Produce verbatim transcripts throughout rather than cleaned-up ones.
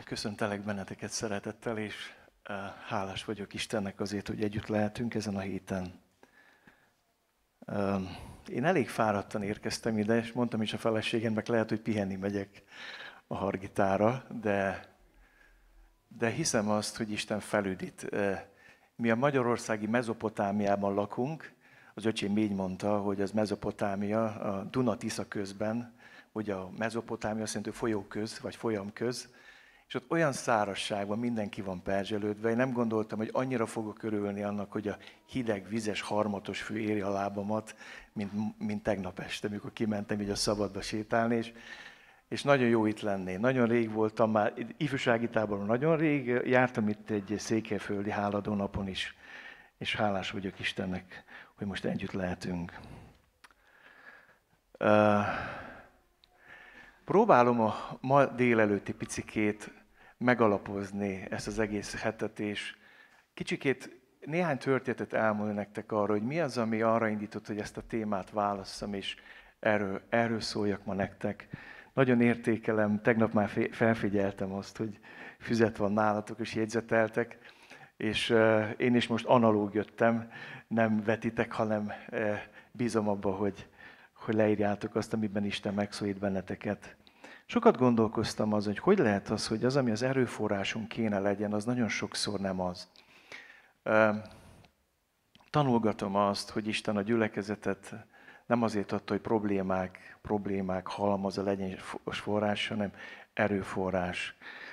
Köszöntelek benneteket szeretettel, és hálás vagyok Istennek azért, hogy együtt lehetünk ezen a héten. Én elég fáradtan érkeztem ide, és mondtam is a feleségemnek, lehet, hogy pihenni megyek a Hargitára, de, de hiszem azt, hogy Isten felüdít. Mi a magyarországi Mezopotámiában lakunk, az öcsém így mondta, hogy az Mezopotámia a Duna-Tisza közben, ugye a Mezopotámia azt jelenti, hogy folyóköz, vagy folyamköz, és ott olyan szárazság van, mindenki van perzselődve. Én nem gondoltam, hogy annyira fogok örülni annak, hogy a hideg, vizes, harmatos fű éri a lábamat, mint, mint tegnap este, amikor kimentem így a szabadba sétálni, és, és nagyon jó itt lenni. Nagyon rég voltam már, ifjúsági táboron nagyon rég, jártam itt egy székelyföldi háladó napon is, és hálás vagyok Istennek, hogy most együtt lehetünk. Uh, Próbálom a ma délelőtti picikét megalapozni ezt az egész hetet, és kicsikét néhány történetet elmondani nektek arra, hogy mi az, ami arra indított, hogy ezt a témát válasszam, és erről, erről szóljak ma nektek. Nagyon értékelem, tegnap már felfigyeltem azt, hogy füzet van nálatok, és jegyzeteltek, és uh, én is most analóg jöttem, nem vetitek, hanem uh, bízom abba, hogy hogy leírjátok azt, amiben Isten megszólít benneteket. Sokat gondolkoztam azon, hogy hogy lehet az, hogy az, ami az erőforrásunk kéne legyen, az nagyon sokszor nem az. Tanulgatom azt, hogy Isten a gyülekezetet nem azért adta, hogy problémák, problémák halmaza legyen forrás, hanem erőforrás.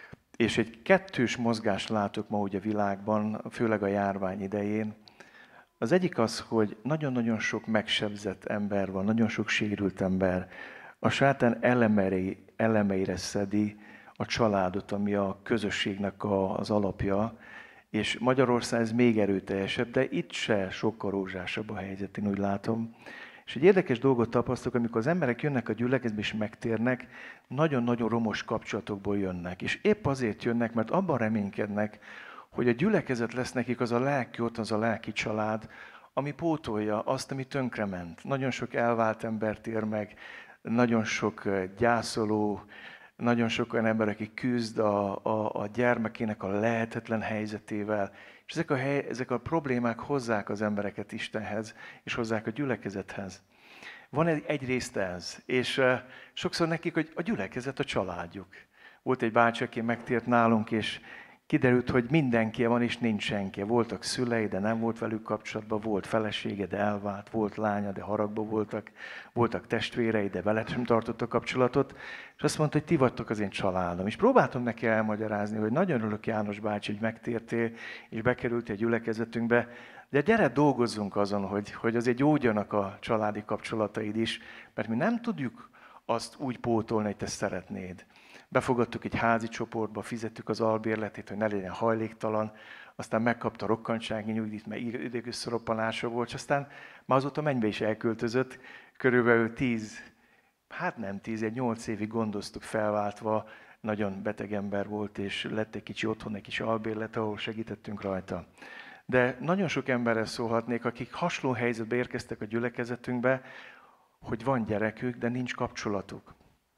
És egy kettős mozgást látok ma úgy a világban, főleg a járvány idején. Az egyik az, hogy nagyon-nagyon sok megsebzett ember van, nagyon sok sérült ember. A sátán elemei, elemeire szedi a családot, ami a közösségnek a, az alapja, és Magyarország ez még erőteljesebb, de itt se sokkal rózsásabb a helyzet, én úgy látom. És egy érdekes dolgot tapasztalok, amikor az emberek jönnek a gyülekezetbe és megtérnek, nagyon-nagyon romos kapcsolatokból jönnek. És épp azért jönnek, mert abban reménykednek, hogy a gyülekezet lesz nekik az a lelki ott, az a lelki család, ami pótolja azt, ami tönkrement. Nagyon sok elvált embert ér meg, nagyon sok gyászoló, nagyon sok olyan ember, aki küzd a, a, a gyermekének a lehetetlen helyzetével. És ezek a, hely, ezek a problémák hozzák az embereket Istenhez, és hozzák a gyülekezethez. Van egy, egyrészt ez, és uh, sokszor nekik, hogy a gyülekezet a családjuk. Volt egy bácsi, aki megtért nálunk, és kiderült, hogy mindenki van, és nincs senki. Voltak szülei, de nem volt velük kapcsolatban, volt felesége, de elvált, volt lánya, de haragban voltak, voltak testvérei, de veled sem tartott kapcsolatot, és azt mondta, hogy ti vagytok az én családom. És próbáltam neki elmagyarázni, hogy nagyon örülök, János bácsi, hogy megtértél, és bekerültél a gyülekezetünkbe, de gyere, dolgozzunk azon, hogy, hogy azért gyógyjanak a családi kapcsolataid is, mert mi nem tudjuk azt úgy pótolni, hogy te szeretnéd. Befogadtuk egy házi csoportba, fizettük az albérletét, hogy ne legyen hajléktalan, aztán megkapta rokkantsági nyugdíjat, mert idegösszeroppanása volt, és aztán már azóta mennybe is elköltözött, körülbelül tíz, hát nem tíz, egy nyolc évig gondoztuk felváltva, nagyon beteg ember volt, és lett egy kicsi otthon, egy kis albérlet, ahol segítettünk rajta. De nagyon sok emberrel szólhatnék, akik hasonló helyzetbe érkeztek a gyülekezetünkbe, hogy van gyerekük, de nincs kapcsolatuk.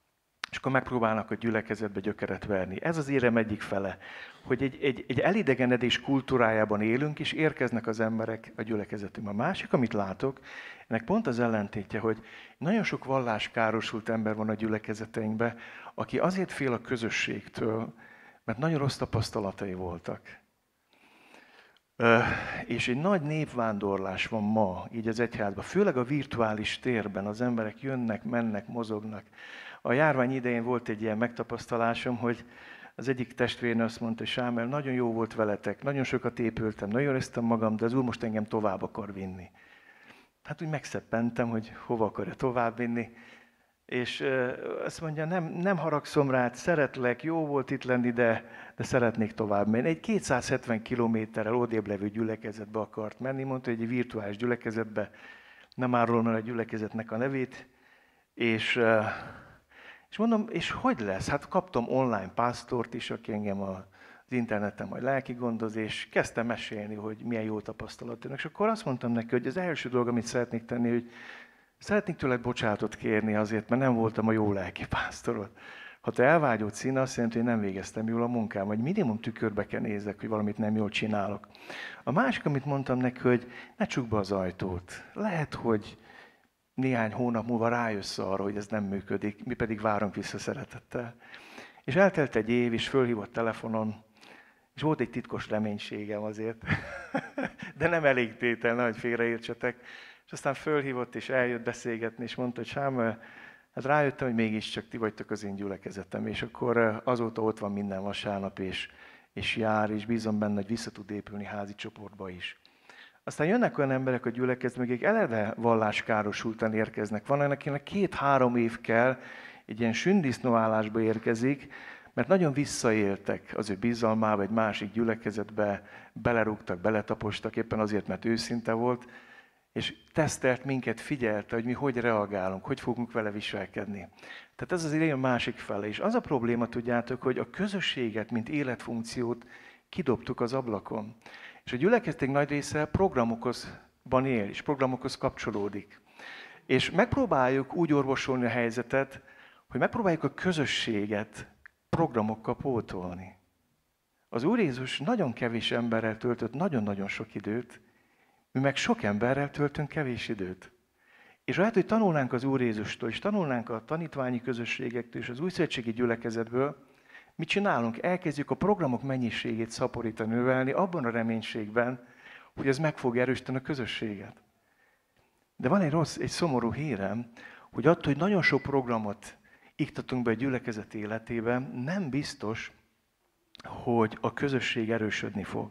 És akkor megpróbálnak a gyülekezetbe gyökeret verni. Ez az érem egyik fele, hogy egy, egy, egy elidegenedés kultúrájában élünk, és érkeznek az emberek a gyülekezetünkbe. A másik, amit látok, ennek pont az ellentétje, hogy nagyon sok valláskárosult ember van a gyülekezeteinkben, aki azért fél a közösségtől, mert nagyon rossz tapasztalatai voltak. És egy nagy népvándorlás van ma, így az egyházban, főleg a virtuális térben az emberek jönnek, mennek, mozognak. A járvány idején volt egy ilyen megtapasztalásom, hogy az egyik testvérnő azt mondta, hogy Sámuel, nagyon jó volt veletek, nagyon sokat épültem, nagyon éreztem magam, de az Úr most engem tovább akar vinni. Hát úgy megszeppentem, hogy hova akarja tovább vinni. És azt mondja, nem, nem haragszom rád, szeretlek, jó volt itt lenni, de, de szeretnék tovább menni. Egy kétszázhetven kilométerrel odébb levő gyülekezetbe akart menni, mondta, hogy egy virtuális gyülekezetbe, nem árulom el a gyülekezetnek a nevét, és, és mondom, és hogy lesz? Hát kaptam online pásztort is, aki engem az interneten majd lelki gondoz, és kezdtem mesélni, hogy milyen jó tapasztalatok. És akkor azt mondtam neki, hogy az első dolog, amit szeretnék tenni, hogy szeretnék tőled bocsánatot kérni azért, mert nem voltam a jó lelki pásztorod. Ha te elvágyódsz innen, azt jelenti, hogy nem végeztem jól a munkám, vagy minimum tükörbe kell nézek, hogy valamit nem jól csinálok. A másik, amit mondtam neki, hogy ne csukd be az ajtót. Lehet, hogy néhány hónap múlva rájössz arra, hogy ez nem működik, mi pedig várunk vissza szeretettel. És eltelt egy év, és fölhívott telefonon, és volt egy titkos reménységem azért, de nem elég tétel, nehogy félreértsetek. És aztán fölhívott, és eljött beszélgetni, és mondta, hogy Sámuel, hát rájöttem, hogy mégiscsak ti vagytok az én gyülekezetem, és akkor azóta ott van minden vasárnap, és, és jár, és bízom benne, hogy vissza tud épülni házi csoportba is. Aztán jönnek olyan emberek a gyülekezetbe, akik eleve valláskárosultan érkeznek. Van, akinek két-három év kell, egy ilyen sündisznóállásba érkezik, mert nagyon visszaéltek az ő bizalmába, egy másik gyülekezetbe, belerúgtak, beletapostak, éppen azért, mert őszinte volt, és tesztelt minket, figyelte, hogy mi hogy reagálunk, hogy fogunk vele viselkedni. Tehát ez az ilyen másik fele. És az a probléma, tudjátok, hogy a közösséget, mint életfunkciót kidobtuk az ablakon. És a gyülekezetek nagy része programokban él, és programokhoz kapcsolódik. És megpróbáljuk úgy orvosolni a helyzetet, hogy megpróbáljuk a közösséget programokkal pótolni. Az Úr Jézus nagyon kevés emberrel töltött nagyon-nagyon sok időt, mi meg sok emberrel töltünk kevés időt. És lehet, hogy tanulnánk az Úr Jézustól, és tanulnánk a tanítványi közösségektől, és az újszövetségi gyülekezetből, mit csinálunk? Elkezdjük a programok mennyiségét szaporítani, növelni, abban a reménységben, hogy ez meg fog erősíteni a közösséget. De van egy rossz, egy szomorú hírem, hogy attól, hogy nagyon sok programot iktatunk be a gyülekezet életében, nem biztos, hogy a közösség erősödni fog.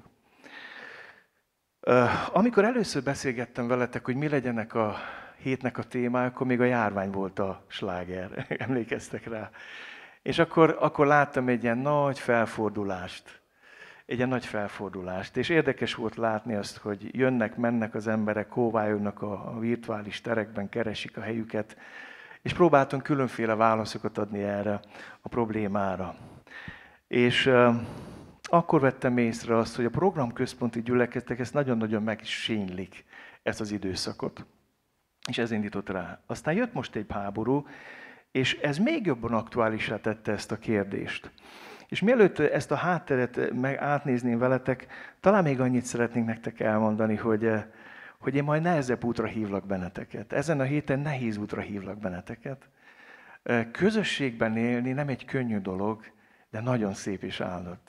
Amikor először beszélgettem veletek, hogy mi legyenek a hétnek a témája, akkor még a járvány volt a sláger, emlékeztek rá. És akkor, akkor láttam egy ilyen nagy felfordulást. Egy ilyen nagy felfordulást. És érdekes volt látni azt, hogy jönnek, mennek az emberek, kóvályognak a virtuális terekben, keresik a helyüket, és próbáltunk különféle válaszokat adni erre a problémára. És uh, akkor vettem észre azt, hogy a programközponti gyülekezetek ezt nagyon-nagyon megsínylik, ezt az időszakot. És ez indított rá. Aztán jött most egy háború, és ez még jobban aktuálisá tette ezt a kérdést. És mielőtt ezt a hátteret meg átnézném veletek, talán még annyit szeretnénk nektek elmondani, hogy, hogy én majd nehezebb útra hívlak benneteket. Ezen a héten nehéz útra hívlak benneteket. Közösségben élni nem egy könnyű dolog, de nagyon szép és áldott.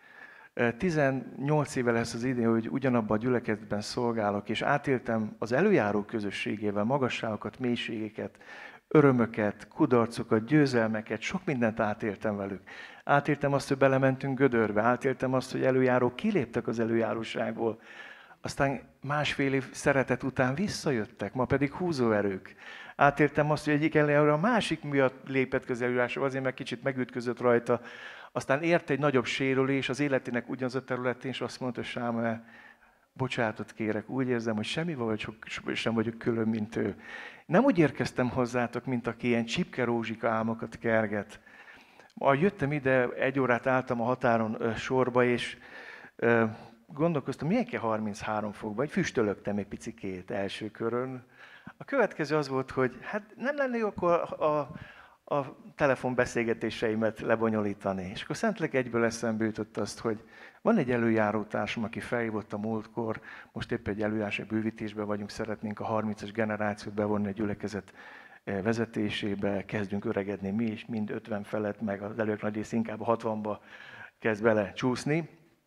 tizennyolc éve lesz az idén, hogy ugyanabban a gyülekezetben szolgálok, és átéltem az előjáró közösségével magasságokat, mélységeket, örömöket, kudarcokat, győzelmeket, sok mindent átéltem velük. Átéltem azt, hogy belementünk gödörbe, átéltem azt, hogy előjárók kiléptek az előjáróságból, aztán másfél év szeretet után visszajöttek, ma pedig húzóerők. Átéltem azt, hogy egyik előjáró a másik miatt lépett az előjárásra, azért meg kicsit megütközött rajta, aztán ért egy nagyobb sérülés az életének ugyanaz a területén, és azt mondta, Sámuel, bocsánatot kérek, úgy érzem, hogy semmivel vagyok, sem vagyok külön, mint ő. Nem úgy érkeztem hozzátok, mint aki ilyen csipke rózsika álmokat kerget. Ma jöttem ide, egy órát álltam a határon ö, sorba, és ö, gondolkoztam, milyen kell harminchárom fokba, egy füstölögtem egy picikét első körön. A következő az volt, hogy hát nem lenne jó akkor a, a, a telefonbeszélgetéseimet lebonyolítani. És akkor Szentlélek egyből eszembe jutott azt, hogy van egy előjárótársam, aki felhívott a múltkor, most épp egy előjárási bővítésben vagyunk, szeretnénk a harmincas generációt bevonni a gyülekezet vezetésébe, kezdünk öregedni mi is, mind ötven felett, meg az elők nagy rész inkább a hatvanba kezd bele csúszni.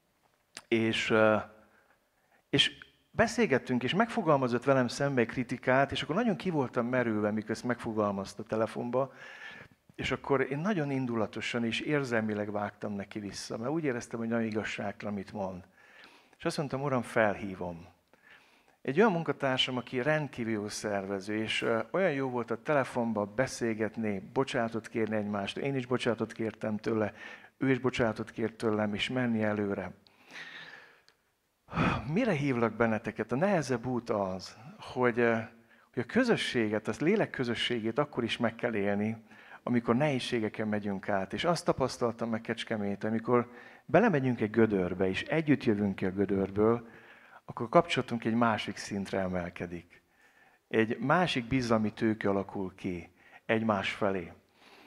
És, és beszélgettünk, és megfogalmazott velem szembe egy kritikát, és akkor nagyon ki voltam merülve, mikor ezt megfogalmazta telefonba, és akkor én nagyon indulatosan és érzelmileg vágtam neki vissza, mert úgy éreztem, hogy nagyon igazságtalan, amit mond. És azt mondtam, Uram, felhívom. Egy olyan munkatársam, aki rendkívül jó szervező, és olyan jó volt a telefonban beszélgetni, bocsánatot kérni egymást, én is bocsánatot kértem tőle, ő is bocsánatot kért tőlem, és menni előre. Mire hívlak benneteket? A nehezebb út az, hogy, hogy a közösséget, az lélek közösségét akkor is meg kell élni, amikor nehézségeken megyünk át. És azt tapasztaltam meg Kecskeméten, amikor belemegyünk egy gödörbe, és együtt jövünk ki a gödörből, akkor a kapcsolatunk egy másik szintre emelkedik. Egy másik bizalmi tőke alakul ki egymás felé.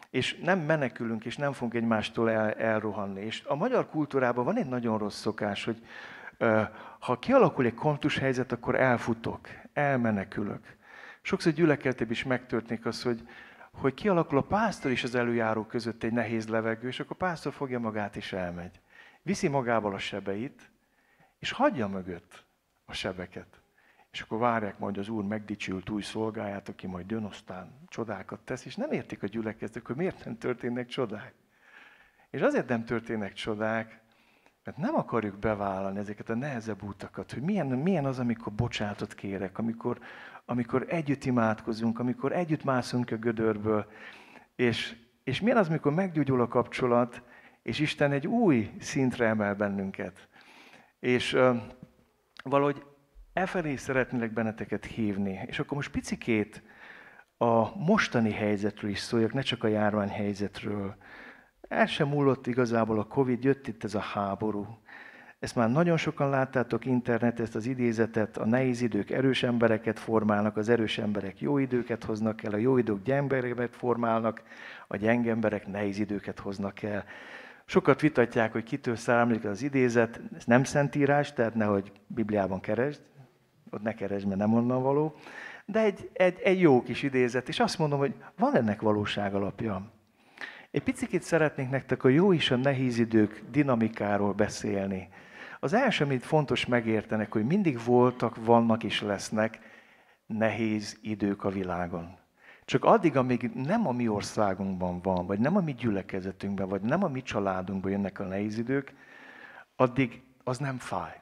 És nem menekülünk, és nem fogunk egymástól el, elrohanni. És a magyar kultúrában van egy nagyon rossz szokás, hogy uh, ha kialakul egy konfliktus helyzet, akkor elfutok, elmenekülök. Sokszor gyülekezetében is megtörténik az, hogy, hogy kialakul a pásztor és az előjáró között egy nehéz levegő, és akkor a pásztor fogja magát és elmegy. Viszi magával a sebeit, és hagyja mögött a sebeket. És akkor várják majd az Úr megdicsült új szolgáját, aki majd jön, aztán csodákat tesz, és nem értik a gyülekezetek, hogy miért nem történnek csodák. És azért nem történnek csodák, mert nem akarjuk bevállalni ezeket a nehezebb utakat, hogy milyen, milyen az, amikor bocsánatot kérek, amikor, amikor együtt imádkozunk, amikor együtt mászunk a gödörből, és, és milyen az, amikor meggyógyul a kapcsolat, és Isten egy új szintre emel bennünket. És uh, valahogy efelé szeretnélek benneteket hívni. És akkor most picikét a mostani helyzetről is szóljak, ne csak a járványhelyzetről. El sem múlott igazából a Covid, jött itt ez a háború. Ezt már nagyon sokan láttátok interneten, ezt az idézetet, a nehéz idők erős embereket formálnak, az erős emberek jó időket hoznak el, a jó idők gyenge embereket formálnak, a gyenge emberek nehéz időket hoznak el. Sokat vitatják, hogy kitől származik az idézet, ez nem szentírás, tehát nehogy Bibliában keresd, ott ne keresd, mert nem onnan való, de egy, egy, egy jó kis idézet, és azt mondom, hogy van ennek valóság alapja. Egy picit szeretnék nektek a jó és a nehéz idők dinamikáról beszélni. Az első, amit fontos megértenek, hogy mindig voltak, vannak és lesznek nehéz idők a világon. Csak addig, amíg nem a mi országunkban van, vagy nem a mi gyülekezetünkben, vagy nem a mi családunkban jönnek a nehéz idők, addig az nem fáj.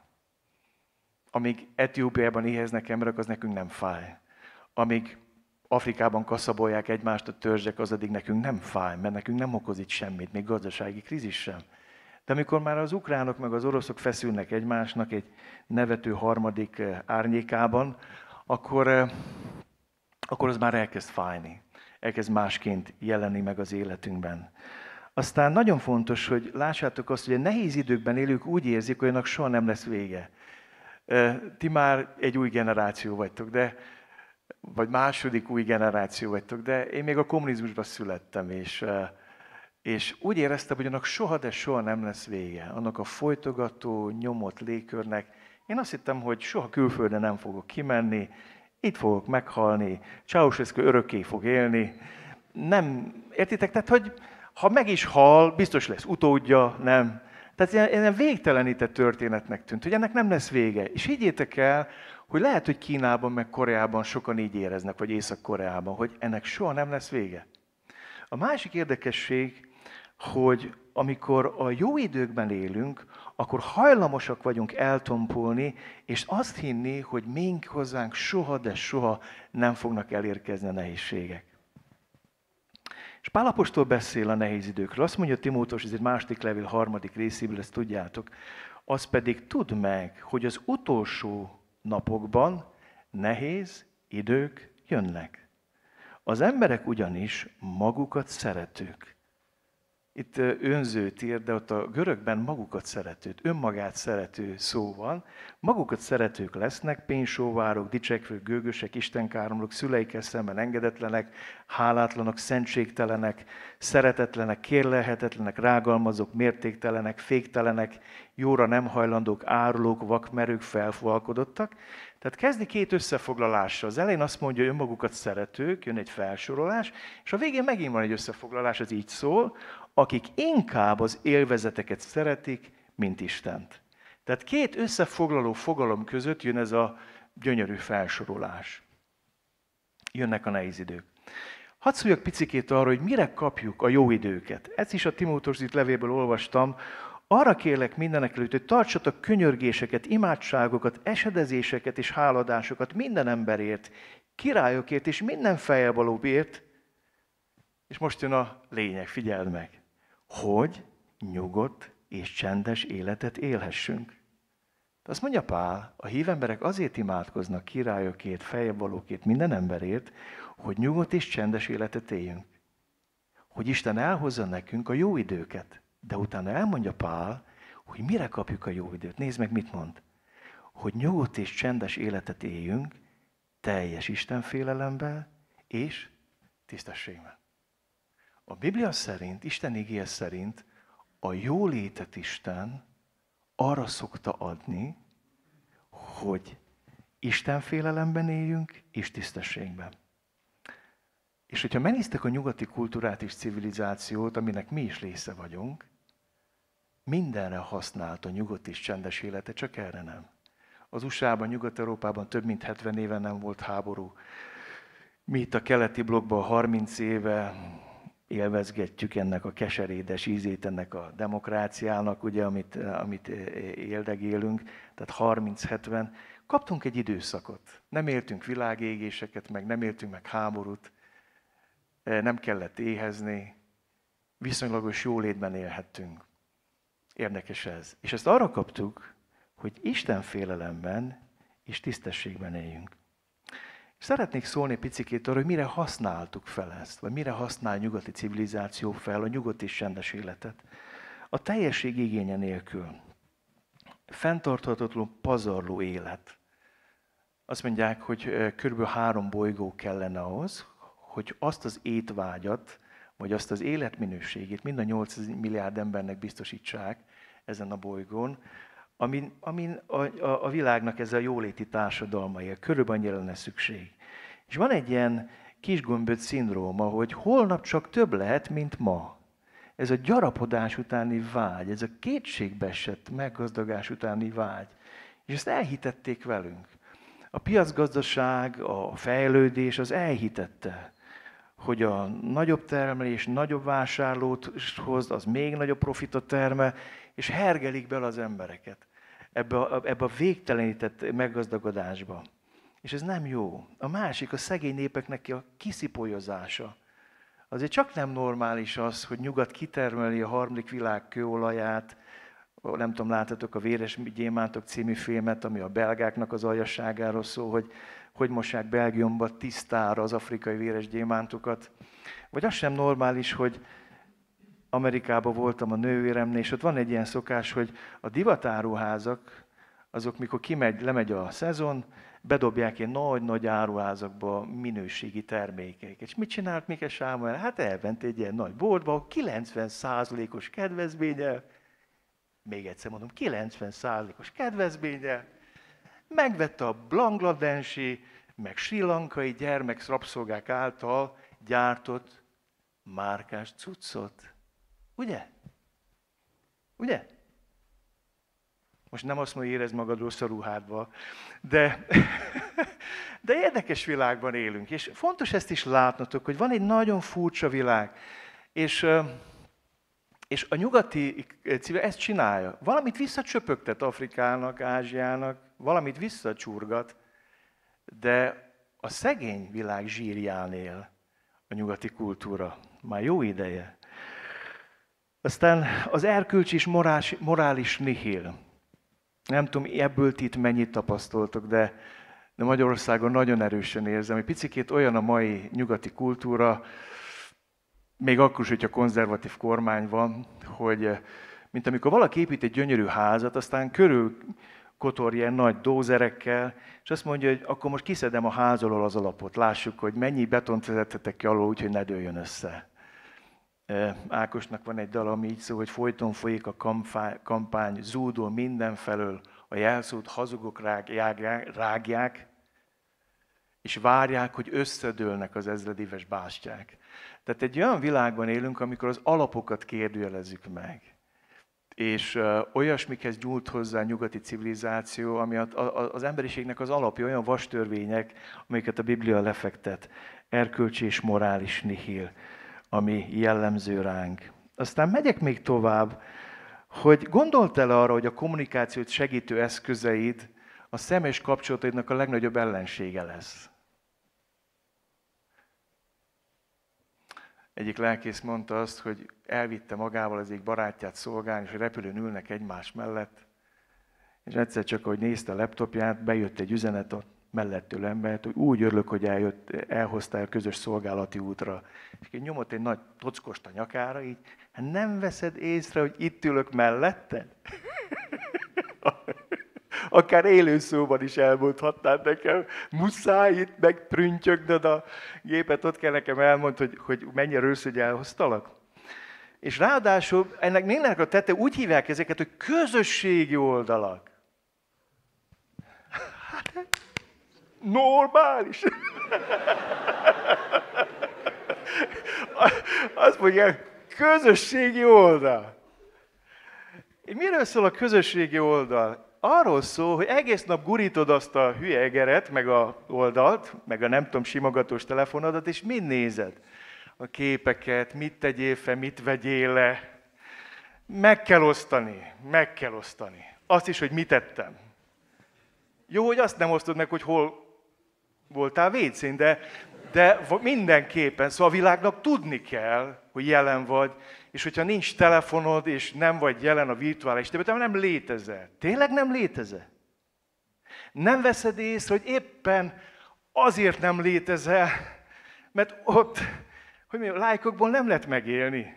Amíg Etiópiában éheznek emberek, az nekünk nem fáj. Amíg Afrikában kaszabolják egymást a törzsek, az addig nekünk nem fáj, mert nekünk nem okoz itt semmit, még gazdasági krízis sem. De amikor már az ukránok meg az oroszok feszülnek egymásnak egy nevető harmadik árnyékában, akkor, akkor az már elkezd fájni. Elkezd másként jelenni meg az életünkben. Aztán nagyon fontos, hogy lássátok azt, hogy a nehéz időkben élők úgy érzik, hogy annak soha nem lesz vége. Ti már egy új generáció vagytok, de, vagy második új generáció vagytok, de én még a kommunizmusban születtem, és, és úgy éreztem, hogy annak soha, de soha nem lesz vége. Annak a folytogató, nyomott légkörnek. Én azt hittem, hogy soha külföldre nem fogok kimenni, itt fogok meghalni, Ceausescu örökké fog élni. Nem, értitek? Tehát, hogy ha meg is hal, biztos lesz utódja, nem. Tehát ilyen, ilyen végtelenített történetnek tűnt, hogy ennek nem lesz vége. És higgyétek el, hogy lehet, hogy Kínában, meg Koreában sokan így éreznek, vagy Észak-Koreában, hogy ennek soha nem lesz vége. A másik érdekesség, hogy amikor a jó időkben élünk, akkor hajlamosak vagyunk eltompolni, és azt hinni, hogy mink hozzánk soha, de soha nem fognak elérkezni a nehézségek. És Pál apostol beszél a nehéz időkről. Azt mondja Timóteus, ez egy második levél harmadik részéből, ezt tudjátok. Az pedig tudd meg, hogy az utolsó napokban nehéz idők jönnek. Az emberek ugyanis magukat szeretők. Itt önzőt ír, de ott a görögben magukat szeretőt, önmagát szerető szó van. Magukat szeretők lesznek, pénzsóvárok, dicsekvők, gőgösek, istenkáromlók, szüleikkel szemben engedetlenek, hálátlanok, szentségtelenek, szeretetlenek, kérlelhetetlenek, rágalmazók, mértéktelenek, féktelenek, jóra nem hajlandók, árulók, vakmerők, felfúalkodottak. Tehát kezdi két összefoglalással. Az elején azt mondja, hogy önmagukat szeretők, jön egy felsorolás, és a végén megint van egy összefoglalás, az így szól, akik inkább az élvezeteket szeretik, mint Istent. Tehát két összefoglaló fogalom között jön ez a gyönyörű felsorolás. Jönnek a nehéz idők. Hadd szóljak picikét arra, hogy mire kapjuk a jó időket. Ezt is a Timóteus levélből olvastam. Arra kérlek mindenekelőtt, hogy tartsatok könyörgéseket, imádságokat, esedezéseket és háladásokat minden emberért, királyokért és minden fejelvalóbért. És most jön a lényeg, figyeld meg, hogy nyugodt és csendes életet élhessünk. De azt mondja Pál, a hívemberek azért imádkoznak királyokért, fejelvalókért, minden emberért, hogy nyugodt és csendes életet éljünk. Hogy Isten elhozza nekünk a jó időket. De utána elmondja Pál, hogy mire kapjuk a jó időt. Nézd meg, mit mond. Hogy nyugodt és csendes életet éljünk, teljes Isten félelemben és tisztességben. A Biblia szerint, Isten igéje szerint a jólétet Isten arra szokta adni, hogy Isten félelemben éljünk, és tisztességben. És hogyha megnéztek a nyugati kultúrát és civilizációt, aminek mi is része vagyunk, mindenre használt a nyugodt és csendes élete, csak erre nem. Az u es á-ban, Nyugat-Európában több mint hetven éve nem volt háború. Mi itt a keleti blokkban harminc éve élvezgetjük ennek a keserédes ízét, ennek a demokráciának, ugye, amit, amit éldegélünk, tehát harminc-hetven. Kaptunk egy időszakot. Nem éltünk világégéseket, meg nem éltünk meg háborút, nem kellett éhezni, viszonylagos jólétben élhettünk. Érdekes ez. És ezt arra kaptuk, hogy Isten félelemben és tisztességben éljünk. És szeretnék szólni picikét arra, hogy mire használtuk fel ezt, vagy mire használ a nyugati civilizáció fel a nyugodt és csendes életet. A teljesség igénye nélkül. Fenntarthatatlan, pazarló élet. Azt mondják, hogy kb. három bolygó kellene ahhoz, hogy azt az étvágyat, vagy azt az életminőségét mind a nyolc milliárd embernek biztosítsák ezen a bolygón, amin, amin a, a, a világnak ez a jóléti társadalma él. Körülbelül annyira lenne szükség. És van egy ilyen kisgömböt szindróma, hogy holnap csak több lehet, mint ma. Ez a gyarapodás utáni vágy, ez a kétségbeesett meggazdagás utáni vágy. És ezt elhitették velünk. A piacgazdaság, a fejlődés az elhitette, hogy a nagyobb termelés, nagyobb vásárlót hoz, az még nagyobb profitot termel, és hergelik bele az embereket ebbe a, ebbe a végtelenített meggazdagodásba. És ez nem jó. A másik, a szegény népeknek a kiszipolyozása. Azért csak nem normális az, hogy nyugat kitermeli a harmadik világ kőolaját, nem tudom, láttatok a Véres gyémántok című filmet, ami a belgáknak az aljasságáról szól, hogy hogy mossák Belgiumba tisztára az afrikai véres gyémántokat. Vagy az sem normális, hogy Amerikában voltam a nővéremnél, és ott van egy ilyen szokás, hogy a divatáruházak, azok mikor kimegy, lemegy a szezon, bedobják ilyen nagy-nagy áruházakba minőségi termékek. És mit csinált Mike Sámuel? Hát elment egy ilyen nagy boltba, kilencven százalékos kedvezménnyel, még egyszer mondom, kilencven százalékos kedvezménnyel, megvette a bangladesi, meg sri lankai gyermekrabszolgák által gyártott márkás cuccot. Ugye? Ugye? Most nem azt mondja, érezd magad rossz a ruhádba, de, de érdekes világban élünk. És fontos ezt is látnotok, hogy van egy nagyon furcsa világ. És, és a nyugati civil ezt csinálja. Valamit visszacsöpögtet Afrikának, Ázsiának, valamit visszacsurgat, de a szegény világ zsírján él a nyugati kultúra. Már jó ideje. Aztán az erkölcsi és morális, morális nihil. Nem tudom, ebből ti itt mennyit tapasztoltok, de, de Magyarországon nagyon erősen érzem, hogy picikét olyan a mai nyugati kultúra, még akkor is, hogyha konzervatív kormány van, hogy mint amikor valaki épít egy gyönyörű házat, aztán körül kotor ilyen nagy dózerekkel, és azt mondja, hogy akkor most kiszedem a ház alól az alapot, lássuk, hogy mennyi betont vezettetek ki alól, úgyhogy ne dőljön össze. Ákosnak van egy dal, ami így szól, hogy folyton folyik a kampány, zúdul mindenfelől, a jelszót hazugok rágják, rágják, és várják, hogy összedőlnek az ezredéves bástyák. Tehát egy olyan világban élünk, amikor az alapokat kérdőjelezzük meg. És olyasmikhez nyúlt hozzá a nyugati civilizáció, ami az emberiségnek az alapja, olyan vastörvények, amiket a Biblia lefektet. Erkölcsi és morális nihil, ami jellemző ránk. Aztán megyek még tovább, hogy gondoltál arra, hogy a kommunikációt segítő eszközeid a személyes kapcsolataidnak a legnagyobb ellensége lesz? Egyik lelkész mondta azt, hogy elvitte magával az egyik barátját szolgálni, és a repülőn ülnek egymás mellett, és egyszer csak, ahogy nézte a laptopját, bejött egy üzenet a mellettől embert, hogy úgy örülök, hogy eljött, elhoztál a közös szolgálati útra. És így nyomott egy nagy tockost a nyakára, így, hát nem veszed észre, hogy itt ülök mellette? Akár élő szóban is elmondhatnád nekem. Muszáj itt megprüntjögnöd a gépet, ott kell nekem elmondani, hogy, hogy mennyire rossz, hogy elhoztalak. És ráadásul ennek mindennek a tette úgy hívják ezeket, hogy közösségi oldalak. Hát, normális. Azt mondja, közösségi oldal. Miről szól a közösségi oldal? Arról szól, hogy egész nap gurítod azt a hülye egeret, meg a oldalt, meg a nem tudom, simogatós telefonodat, és mind nézed? A képeket, mit tegyél fel, mit vegyél le. Meg kell osztani, meg kell osztani. Azt is, hogy mit tettem. Jó, hogy azt nem osztod meg, hogy hol voltál vécén, de, de mindenképpen. Szóval a világnak tudni kell, hogy jelen vagy, és hogyha nincs telefonod, és nem vagy jelen a virtuális térben, nem létezel. Tényleg nem létezel? Nem veszed észre, hogy éppen azért nem létezel, mert ott, hogy mi, lájkokból nem lehet megélni.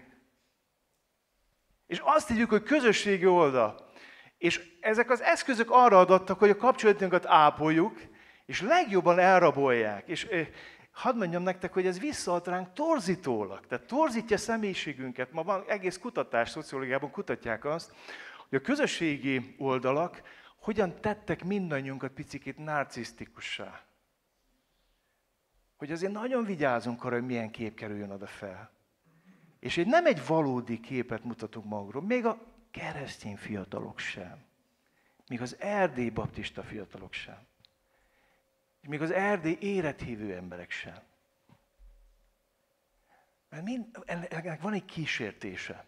És azt hívjuk, hogy közösségi oldal. És ezek az eszközök arra adattak, hogy a kapcsolatunkat ápoljuk, és legjobban elrabolják. És eh, hadd mondjam nektek, hogy ez visszaad ránk torzítólag. Tehát torzítja a személyiségünket. Ma van egész kutatás, szociológiában kutatják azt, hogy a közösségi oldalak hogyan tettek mindannyiunkat picikét narcisztikussá. Hogy azért nagyon vigyázunk arra, hogy milyen kép kerüljön oda fel. És egy nem egy valódi képet mutatunk magunkról, még a keresztény fiatalok sem. Még az erdélyi baptista fiatalok sem. És még az erdélyi élethívő emberek sem. Mert mind, ennek van egy kísértése.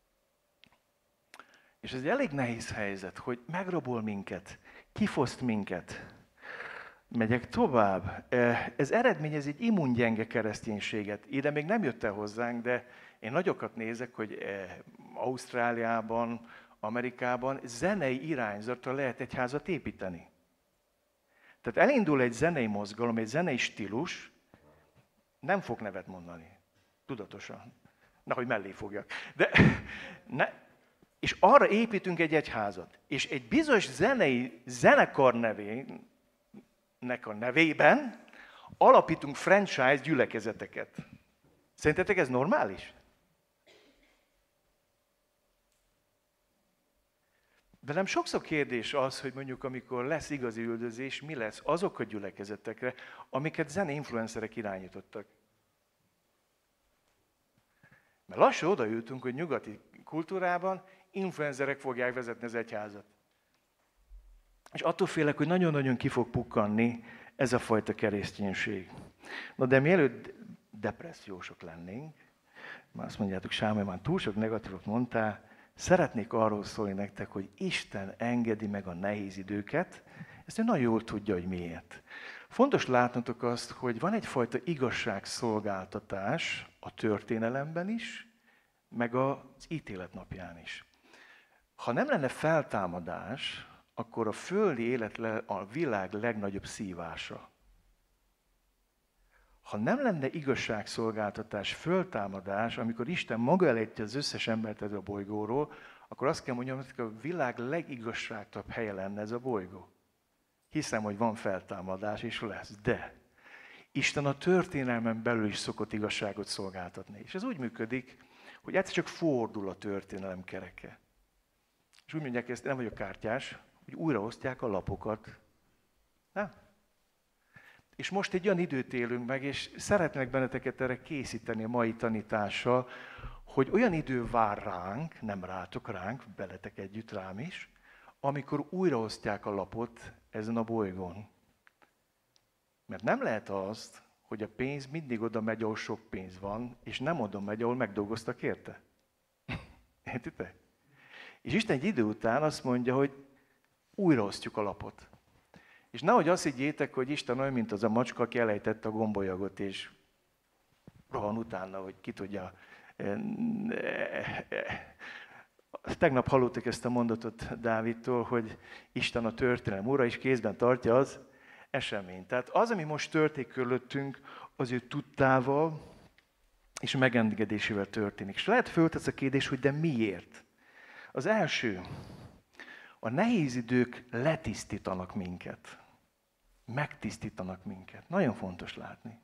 És ez egy elég nehéz helyzet, hogy megrabol minket, kifoszt minket. Megyek tovább. Ez eredményez egy immungyenge kereszténységet. Ide még nem jött el hozzánk, de én nagyokat nézek, hogy Ausztráliában, Amerikában zenei irányzatra lehet egyházat építeni. Tehát elindul egy zenei mozgalom, egy zenei stílus, nem fog nevet mondani. Tudatosan. Nehogy mellé fogjak. De, ne, és arra építünk egy egyházat. És egy bizonyos zenei zenekar nevének a nevében alapítunk franchise gyülekezeteket. Szerintetek ez normális? Velem sokszor kérdés az, hogy mondjuk amikor lesz igazi üldözés, mi lesz azok a gyülekezetekre, amiket zenei influencerek irányítottak. Mert lassan odajutunk, hogy nyugati kultúrában influencerek fogják vezetni az egyházat. És attól félek, hogy nagyon-nagyon ki fog pukkanni ez a fajta kereszténység. Na de mielőtt depressziósok lennénk, már azt mondjátok, Sámuel, már túl sok negatívot mondtál, szeretnék arról szólni nektek, hogy Isten engedi meg a nehéz időket, ezt ő nagyon jól tudja, hogy miért. Fontos látnotok azt, hogy van egyfajta igazságszolgáltatás a történelemben is, meg az ítélet napján is. Ha nem lenne feltámadás, akkor a földi élet a világ legnagyobb szívása. Ha nem lenne igazságszolgáltatás, föltámadás, amikor Isten maga elejtje az összes embert ez a bolygóról, akkor azt kell mondjam, hogy a világ legigazságtabb helye lenne ez a bolygó. Hiszem, hogy van feltámadás, és lesz. De Isten a történelmen belül is szokott igazságot szolgáltatni. És ez úgy működik, hogy egyszer csak fordul a történelem kereke. És úgy mondják, ezt nem vagyok kártyás, hogy újraosztják a lapokat. Nem? És most egy olyan időt élünk meg, és szeretnék benneteket erre készíteni a mai tanítással, hogy olyan idő vár ránk, nem rátok, ránk, veletek együtt rám is, amikor újraosztják a lapot ezen a bolygón. Mert nem lehet azt, hogy a pénz mindig oda megy, ahol sok pénz van, és nem oda megy, ahol megdolgoztak érte. Értitek? És Isten egy idő után azt mondja, hogy újraosztjuk a lapot. És nehogy azt higgyétek, hogy Isten olyan, mint az a macska, aki elejtette a gombolyagot, és rohan utána, hogy ki tudja. Tegnap hallottak ezt a mondatot Dávidtól, hogy Isten a történelem ura, és kézben tartja az eseményt. Tehát az, ami most történik körülöttünk, az ő tudtával és megengedésével történik. És lehet föltesz a kérdés, hogy de miért? Az első, A nehéz idők letisztítanak minket. Megtisztítanak minket. Nagyon fontos látni.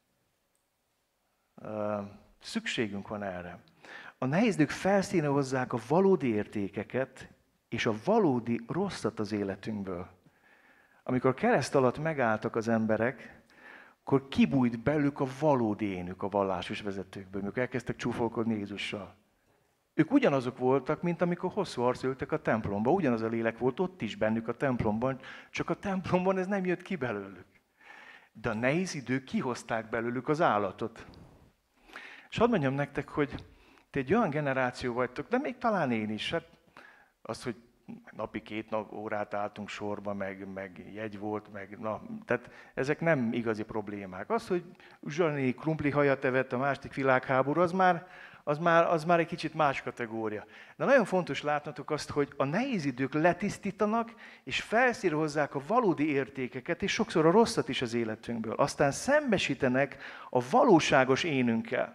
Szükségünk van erre. A nehéz idők felszíne hozzák a valódi értékeket és a valódi rosszat az életünkből. Amikor kereszt alatt megálltak az emberek, akkor kibújt belük a valódi énük a vallásos vezetőkből, amikor elkezdtek csúfolkodni Jézussal. Ők ugyanazok voltak, mint amikor hosszú arcú ültek a templomba. Ugyanaz a lélek volt ott is bennük a templomban, csak a templomban ez nem jött ki belőlük. De a nehéz idők kihozták belőlük az állatot. És hadd mondjam nektek, hogy ti egy olyan generáció vagytok, de még talán én is, hát az, hogy napi két nap órát álltunk sorba, meg, meg jegy volt, meg na, tehát ezek nem igazi problémák. Az, hogy Zsani krumplihajat evett a második világháború, az már, az, már, az már egy kicsit más kategória. De nagyon fontos látnotok azt, hogy a nehéz idők letisztítanak, és felszínre hozzák a valódi értékeket, és sokszor a rosszat is az életünkből. Aztán szembesítenek a valóságos énünkkel.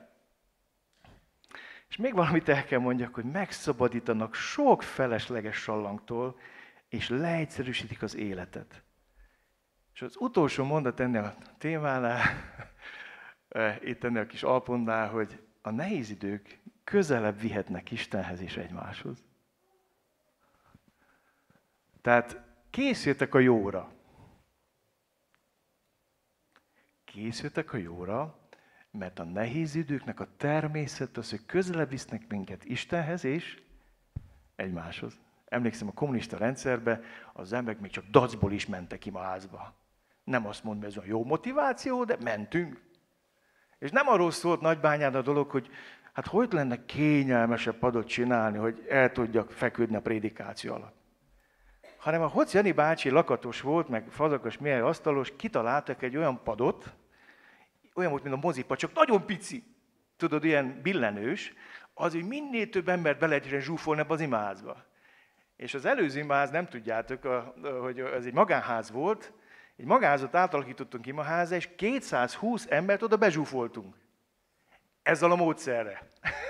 És még valamit el kell mondjak, hogy megszabadítanak sok felesleges sallangtól, és leegyszerűsítik az életet. És az utolsó mondat ennél a témánál, itt ennél a kis alponnál, hogy a nehéz idők közelebb vihetnek Istenhez és egymáshoz. Tehát készültek a jóra. Készültek a jóra, mert a nehéz időknek a természet az, hogy közelebb visznek minket Istenhez és egymáshoz. Emlékszem, a kommunista rendszerben az emberek még csak dacból is mentek imaházba. Nem azt mondom, ez a jó motiváció, de mentünk. És nem arról szólt Nagybányán a dolog, hogy hát hogy lenne kényelmesebb padot csinálni, hogy el tudjak feküdni a prédikáció alatt. Hanem a Hoc Jani bácsi lakatos volt, meg fazakas mély asztalos, kitaláltak egy olyan padot, olyan volt, mint a mozipa, csak nagyon pici, tudod, ilyen billenős, az, hogy minél több embert be lehet zsúfolni ebbe az imaházba. És az előző imaház, nem tudjátok, a, hogy ez egy magánház volt, egy magánházat átalakítottunk imaházba, és kétszázhúsz embert oda bezsúfoltunk. Ezzel a módszerre.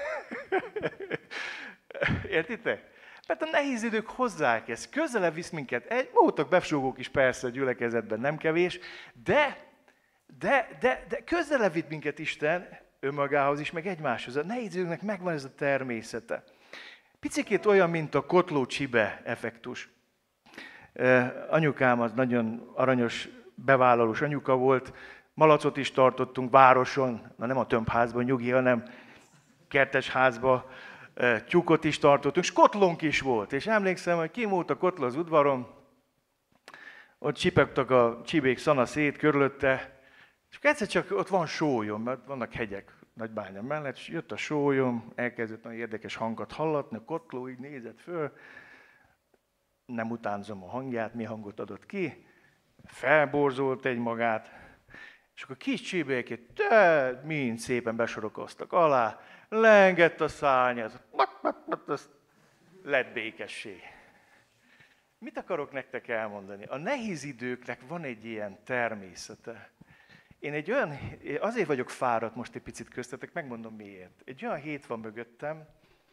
Értitek? Mert a nehéz idők hozzák ezt, közelebb visz minket. Egy, voltak besúgók is persze a gyülekezetben, nem kevés, de De, de, de közelebb vitt minket Isten önmagához is, meg egymáshoz. A nehéz időknek megvan ez a természete. Picikét olyan, mint a kotló-csibe effektus. Anyukám az nagyon aranyos, bevállalós anyuka volt. Malacot is tartottunk városon, na nem a tömbházban, nyugi, hanem kertes házba. Tyúkot is tartottunk, és kotlónk is volt. És emlékszem, hogy kim volt a kotló az udvaron, ott csipegtek a csibék szana szét körülötte, és egyszer csak ott van sólyom, mert vannak hegyek Nagybánya mellett, és jött a sólyom, elkezdett nagyon érdekes hangot hallatni, a kotló így nézett föl, nem utánzom a hangját, mi hangot adott ki, felborzolt egy magát, és akkor kis csibékét, de mind szépen besorokoztak alá, lengett a szárnyat, azt lett békessé. Mit akarok nektek elmondani? A nehéz időknek van egy ilyen természete. Én egy olyan, azért vagyok fáradt most egy picit köztetek, megmondom miért. Egy olyan hét van mögöttem,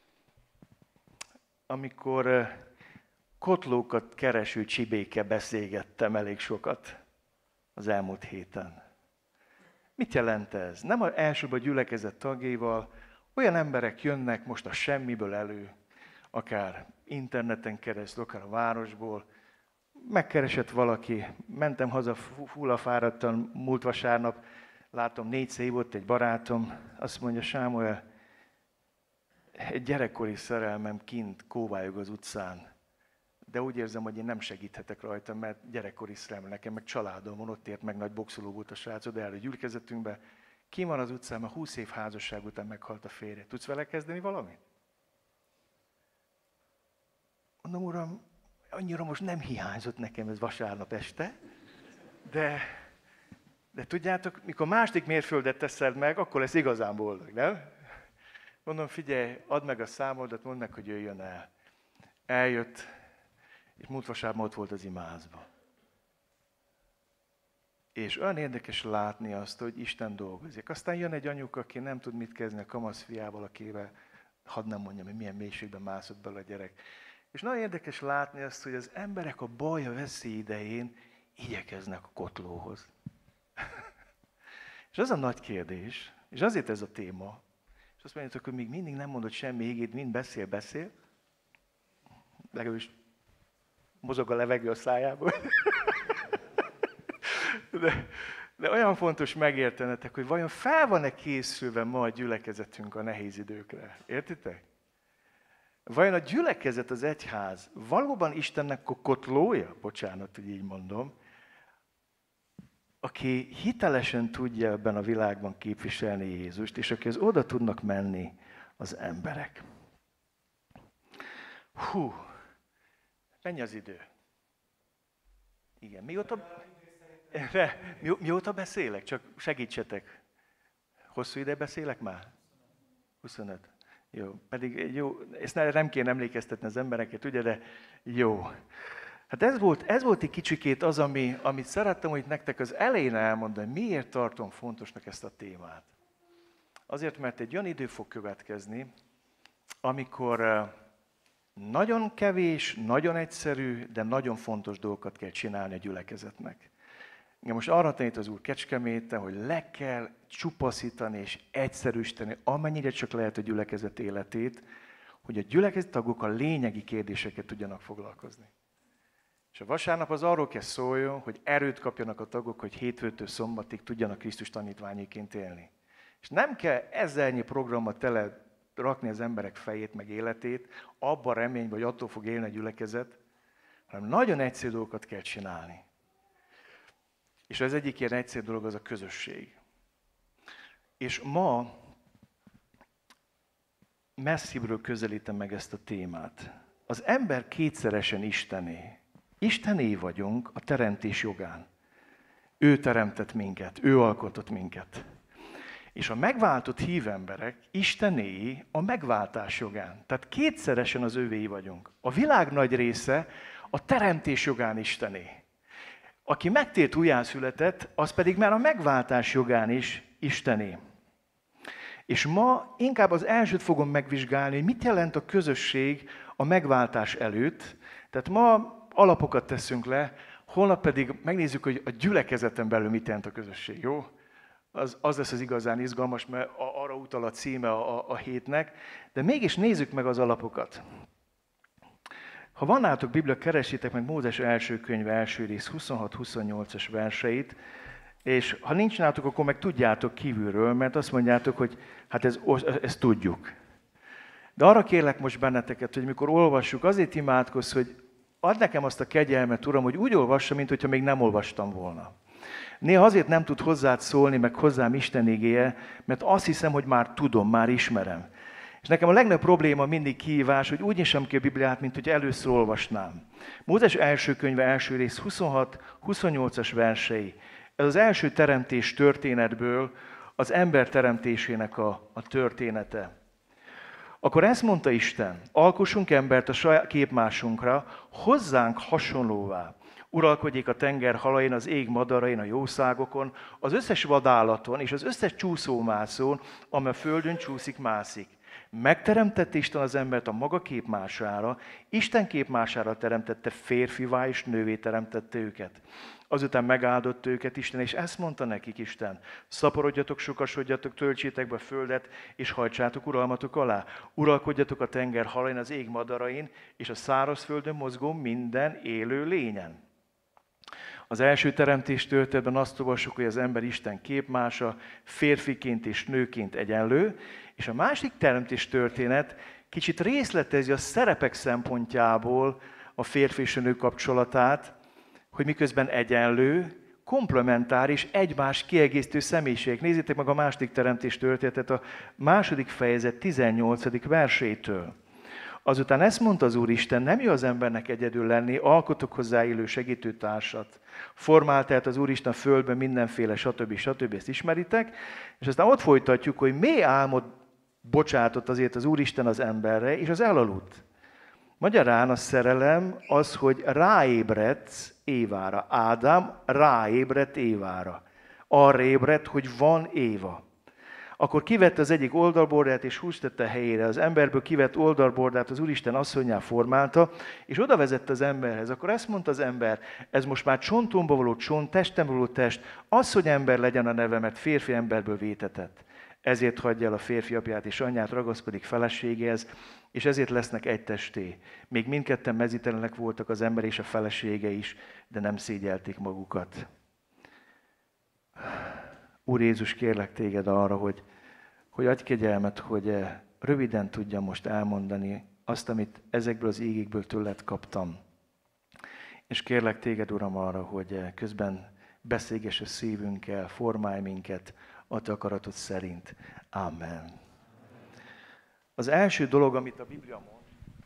amikor kotlókat kereső csibékkel beszélgettem elég sokat az elmúlt héten. Mit jelent ez? Nem az elsőbb a gyülekezet tagjaival, olyan emberek jönnek most a semmiből elő, akár interneten keresztül, akár a városból. Megkeresett valaki, mentem haza fullafáradtan múlt vasárnap, látom négyszer hívott egy barátom, azt mondja, Sámuel, egy gyerekkori szerelmem kint kóvályog az utcán, de úgy érzem, hogy én nem segíthetek rajta, mert gyerekkori szerelem nekem, meg családom van, ott ért meg, nagy boxoló volt a srác, oda elő gyülekezetünkbe. Ki van az utcán, mert húsz év házasság után meghalt a férje. Tudsz vele kezdeni valamit? Mondom, uram, annyira most nem hiányzott nekem ez vasárnap este, de, de tudjátok, mikor második mérföldet teszed meg, akkor lesz igazán boldog, nem? Mondom, figyelj, add meg a számodat, mondd meg, hogy jöjjön el. Eljött, és múlt vasárnap ott volt az imázba. És olyan érdekes látni azt, hogy Isten dolgozik. Aztán jön egy anyuka, aki nem tud mit kezdeni a kamasz fiával, akivel, hadd nem mondjam, hogy milyen mélységben mászott bele a gyerek. És nagyon érdekes látni azt, hogy az emberek a baj, a veszély idején igyekeznek a kotlóhoz. És az a nagy kérdés, és azért ez a téma, és azt mondjátok, hogy még mindig nem mondott semmi igét, mind beszél, beszél, legalábbis mozog a levegő a szájából. De, de olyan fontos megértenetek, hogy vajon fel van-e készülve ma a gyülekezetünk a nehéz időkre. Értitek? Vajon a gyülekezet, az egyház valóban Istennek a kotlója? Bocsánat, hogy így mondom. Aki hitelesen tudja ebben a világban képviselni Jézust, és akihez oda tudnak menni az emberek. Hú, mennyi az idő? Igen, mióta... De, mi, mióta beszélek? Csak segítsetek. Hosszú ide beszélek már? huszonöt. Jó, pedig jó, ezt nem kéne emlékeztetni az embereket, ugye, de jó. Hát ez volt, ez volt egy kicsikét az, ami, amit szerettem, hogy nektek az elején elmondani, miért tartom fontosnak ezt a témát. Azért, mert egy olyan idő fog következni, amikor nagyon kevés, nagyon egyszerű, de nagyon fontos dolgokat kell csinálni a gyülekezetnek. Igen, most arra tanít az Úr Kecskeméten, hogy le kell csupaszítani és egyszerűsíteni, amennyire csak lehet a gyülekezet életét, hogy a gyülekezet tagok a lényegi kérdéseket tudjanak foglalkozni. És a vasárnap az arról kell szóljon, hogy erőt kapjanak a tagok, hogy hétfőtől szombatig tudjanak Krisztus tanítványaiként élni. És nem kell ezernyi programmal tele rakni az emberek fejét, meg életét, abban reményben, hogy attól fog élni a gyülekezet, hanem nagyon egyszerű dolgokat kell csinálni. És az egyik ilyen egyszerű dolog az a közösség. És ma messzibbről közelítem meg ezt a témát. Az ember kétszeresen Istené. Istené vagyunk a teremtés jogán. Ő teremtett minket, ő alkotott minket. És a megváltott hívemberek Istené a megváltás jogán. Tehát kétszeresen az övéi vagyunk. A világ nagy része a teremtés jogán Istené. Aki megtért újjászületett, az pedig már a megváltás jogán is Istené. És ma inkább az elsőt fogom megvizsgálni, hogy mit jelent a közösség a megváltás előtt. Tehát ma alapokat teszünk le, holnap pedig megnézzük, hogy a gyülekezeten belül mit jelent a közösség, jó? Az, az lesz az igazán izgalmas, mert arra utal a címe a, a, a hétnek. De mégis nézzük meg az alapokat. Ha van nálatok Biblia, keresétek meg Mózes első könyve első rész huszonhat-huszonnyolcas verseit, és ha nincs nálatok, akkor meg tudjátok kívülről, mert azt mondjátok, hogy hát ez, ezt tudjuk. De arra kérlek most benneteket, hogy mikor olvassuk, azért imádkozz, hogy add nekem azt a kegyelmet, Uram, hogy úgy olvassa, mint hogyha még nem olvastam volna. Néha azért nem tud hozzád szólni, meg hozzám Isten igéje, mert azt hiszem, hogy már tudom, már ismerem. És nekem a legnagyobb probléma mindig kihívás, hogy úgy nyissam ki a Bibliát, mint hogy először olvasnám. Mózes első könyve első rész huszonhat-huszonnyolcas versei. Ez az első teremtés történetből az ember teremtésének a, a története. Akkor ezt mondta Isten, alkossunk embert a saját képmásunkra, hozzánk hasonlóvá. Uralkodjék a tenger halain, az ég madarain, a jószágokon, az összes vadállaton és az összes csúszómászón, amely a földön csúszik, mászik. Megteremtette Isten az embert a maga képmására, Isten képmására teremtette, férfivá és nővé teremtette őket. Azután megáldott őket Isten, és ezt mondta nekik Isten: szaporodjatok, sokasodjatok, töltsétek be a földet, és hajtsátok uralmatok alá. Uralkodjatok a tenger halain, az ég madarain, és a szárazföldön mozgó minden élő lényen. Az első teremtés történetben azt olvassuk, hogy az ember Isten képmása, férfiként és nőként egyenlő, és a másik teremtés történet kicsit részletezi a szerepek szempontjából a férfi és a nő kapcsolatát, hogy miközben egyenlő, komplementáris, egymás kiegészítő személyiség. Nézzétek meg a második teremtés történetet a második fejezet tizennyolcadik versétől. Azután ezt mondta az Úristen, nem jó az embernek egyedül lenni, alkotok hozzá élő segítőtársat. Formált tehát az Úristen a földben mindenféle stb. stb. Ezt ismeritek, és aztán ott folytatjuk, hogy mély álmot bocsátott azért az Úristen az emberre, és az elaludt. Magyarán a szerelem az, hogy ráébredsz Évára. Ádám ráébredt Évára. Arra ébredt, hogy van Éva. Akkor kivette az egyik oldalbordát, és húztette a helyére. Az emberből kivett oldalbordát az Úristen asszonnyá formálta, és oda vezette az emberhez. Akkor ezt mondta az ember, ez most már csontomba való csont, testembe való test, asszony ember legyen a neve, mert férfi emberből vétetett. Ezért hagyja el a férfi apját és anyját, ragaszkodik feleségéhez, és ezért lesznek egy testé. Még mindketten mezítelenek voltak az ember és a felesége is, de nem szégyelték magukat. Úr Jézus, kérlek téged arra, hogy, hogy adj kegyelmet, hogy röviden tudjam most elmondani azt, amit ezekből az ígékből tőled kaptam. És kérlek téged, Uram, arra, hogy közben beszélgess a szívünkkel, formálj minket a te akaratod szerint. Amen. Az első dolog, amit a Biblia mond,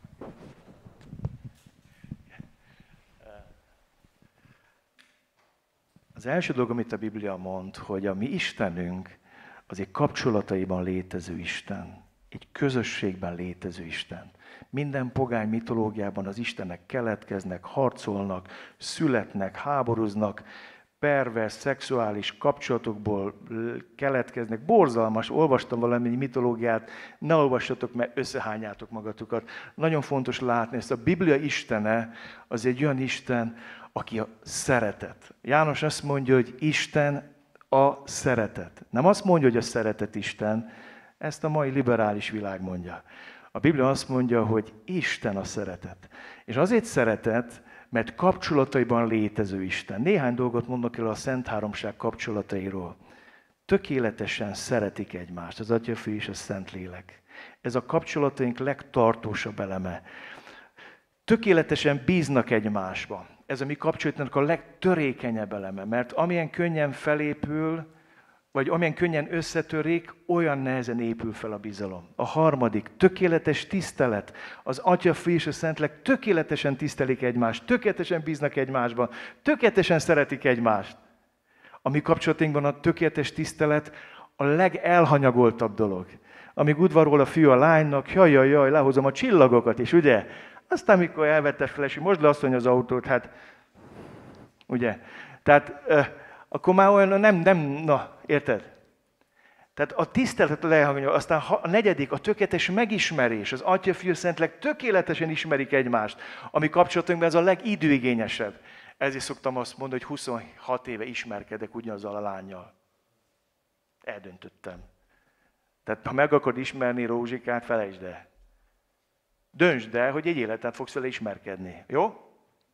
Az első dolog, amit a Biblia mond, hogy a mi Istenünk az egy kapcsolataiban létező Isten, egy közösségben létező Isten. Minden pogány mitológiában az Istenek keletkeznek, harcolnak, születnek, háborúznak, pervers, szexuális kapcsolatokból keletkeznek. Borzalmas, olvastam valami mitológiát, ne olvassatok, mert összehányátok magatokat. Nagyon fontos látni ezt. A Biblia Istene az egy olyan Isten, aki a szeretet. János azt mondja, hogy Isten a szeretet. Nem azt mondja, hogy a szeretet Isten, ezt a mai liberális világ mondja. A Biblia azt mondja, hogy Isten a szeretet. És azért szeretet, mert kapcsolataiban létező Isten. Néhány dolgot mondok el a Szent Háromság kapcsolatairól. Tökéletesen szeretik egymást, az Atya, Fiú és a Szentlélek. Ez a kapcsolataink legtartósabb eleme. Tökéletesen bíznak egymásban. Ez a mi kapcsolatunknak a legtörékenyebb eleme, mert amilyen könnyen felépül, vagy amilyen könnyen összetörik, olyan nehezen épül fel a bizalom. A harmadik, tökéletes tisztelet. Az Atya, Fiú és a Szentlélek tökéletesen tisztelik egymást, tökéletesen bíznak egymásban, tökéletesen szeretik egymást. A mi kapcsolatunkban a tökéletes tisztelet a legelhanyagoltabb dolog. Amíg udvarol a fiú a lánynak, jaj, jaj, jaj, lehozom a csillagokat is, ugye? Aztán, mikor elvette felesi, most le asszony az autót, hát, ugye? Tehát, euh, akkor már olyan, nem, nem, na, érted? Tehát a tisztelet a leghangolja, aztán a negyedik, a tökéletes megismerés, az Atya, Fiú, Szentlélek tökéletesen ismerik egymást, ami kapcsolatunkban ez a legidőigényesebb. Ezért szoktam azt mondani, hogy huszonhat éve ismerkedek ugyanazzal a lánnyal. Eldöntöttem. Tehát ha meg akarod ismerni Rózsikát, felejtsd el. Döntsd el, hogy egy életet fogsz vele ismerkedni. Jó?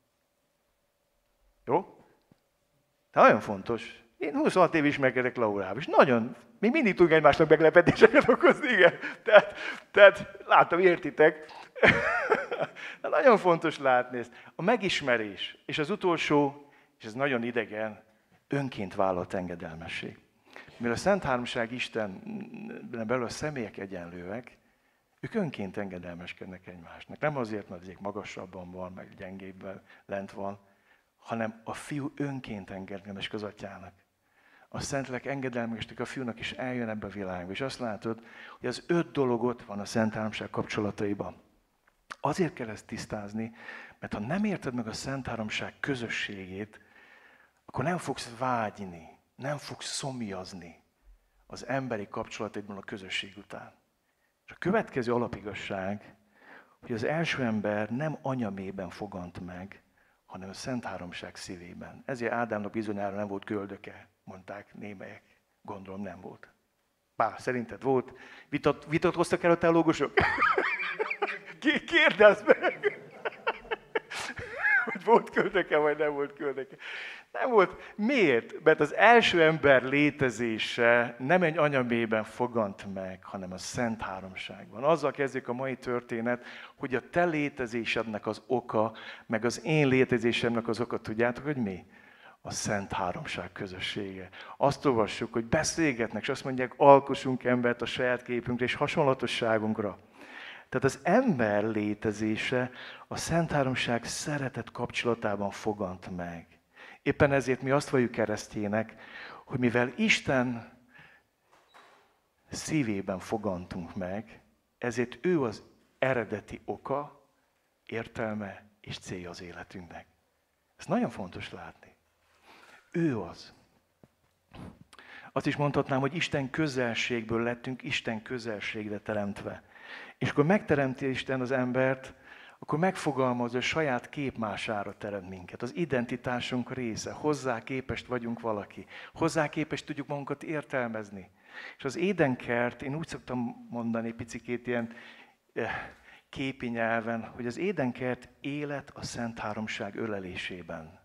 Jó? Tehát nagyon fontos. Én huszonhat év ismerkedek Laurával, és nagyon, még mindig tudunk egymásnak meglepetéseket okozni, igen. Tehát, tehát látom, értitek. De nagyon fontos látni ezt. A megismerés, és az utolsó, és ez nagyon idegen, önként vállalt engedelmesség. Mivel a Szent Háromság Istenben belül a személyek egyenlőek, ők önként engedelmeskednek egymásnak. Nem azért, mert azért magasabban van, meg gyengébben lent van, hanem a fiú önként engedelmeskedik az atyának. A Szentlélek engedelmeskedik a fiúnak, és eljön ebbe a világba. És azt látod, hogy az öt dolog ott van a Szent Háromság kapcsolataiban. Azért kell ezt tisztázni, mert ha nem érted meg a Szent Háromság közösségét, akkor nem fogsz vágyni, nem fogsz szomjazni az emberi kapcsolataidban a közösség után. És a következő alapigazság, hogy az első ember nem anyamében fogant meg, hanem a Szent Háromság szívében. Ezért Ádámnak bizonyára nem volt köldöke, mondták némelyek. Gondolom nem volt. Pár, szerinted volt? Vitat, vitatkoztak el a teológusok? Kérdezd meg! Hogy volt köldöke, vagy nem volt köldöke. Nem volt. Miért? Mert az első ember létezése nem egy anyamében fogant meg, hanem a Szent Háromságban. Azzal kezdjük a mai történet, hogy a te létezésednek az oka, meg az én létezésemnek az oka, tudjátok, hogy mi? A Szent Háromság közössége. Azt olvassuk, hogy beszélgetnek, és azt mondják, alkossunk embert a saját képünkre és hasonlatosságunkra. Tehát az ember létezése a Szent Háromság szeretet kapcsolatában fogant meg. Éppen ezért mi azt valljuk keresztjének, hogy mivel Isten szívében fogantunk meg, ezért ő az eredeti oka, értelme és célja az életünknek. Ez nagyon fontos látni. Ő az. Azt is mondhatnám, hogy Isten közelségből lettünk Isten közelségre teremtve. És akkor megteremti Isten az embert, akkor megfogalmazza, hogy saját képmására teremt minket. Az identitásunk része. Hozzá képest vagyunk valaki. Hozzá képest tudjuk magunkat értelmezni. És az édenkert, én úgy szoktam mondani picikét ilyen képi nyelven, hogy az édenkert élet a Szent Háromság ölelésében.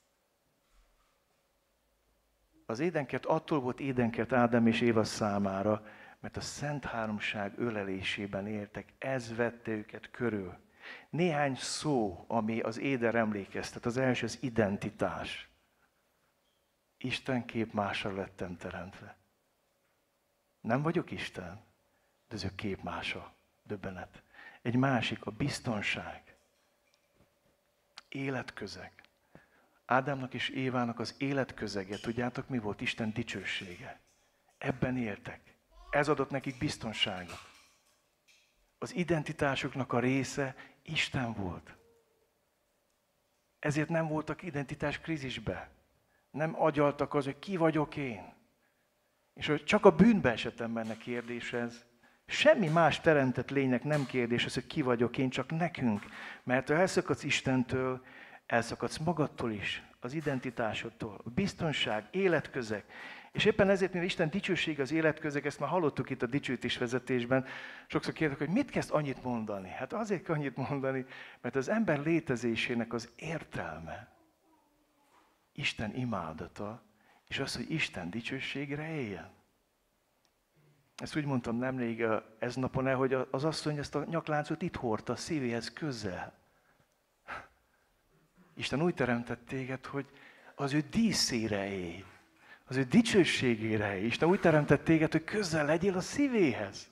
Az édenkert attól volt édenkert Ádám és Éva számára, mert a Szent Háromság ölelésében éltek. Ez vette őket körül. Néhány szó, ami az éder emlékeztet. Az első az identitás. Isten képmásra lettem teremtve. Nem vagyok Isten, de az ő képmása. Döbbenet. Egy másik, a biztonság. Életközeg. Ádámnak és Évának az életközege, tudjátok mi volt? Isten dicsősége. Ebben éltek. Ez adott nekik biztonságot. Az identitásuknak a része Isten volt. Ezért nem voltak identitás krízisbe. Nem agyaltak az, hogy ki vagyok én. És hogy csak a bűnbe esetem menne kérdéshez. Semmi más teremtett lénynek nem kérdés az, hogy ki vagyok én, csak nekünk. Mert ha elszakadsz Istentől, elszakadsz magadtól is, az identitásodtól, a biztonság, életközeg. És éppen ezért, mivel Isten dicsőség az életközeg, ezt már hallottuk itt a dicsőítés vezetésben, sokszor kérdezik, hogy mit kezd annyit mondani? Hát azért kell annyit mondani, mert az ember létezésének az értelme Isten imádata, és az, hogy Isten dicsőségre éljen. Ezt úgy mondtam nemrég ez napon el, hogy az asszony ezt a nyakláncot itt hordta a szívéhez közel. Isten úgy teremtett téged, hogy az ő díszére élj, az ő dicsőségére élj. Isten úgy teremtett téged, hogy közel legyél a szívéhez.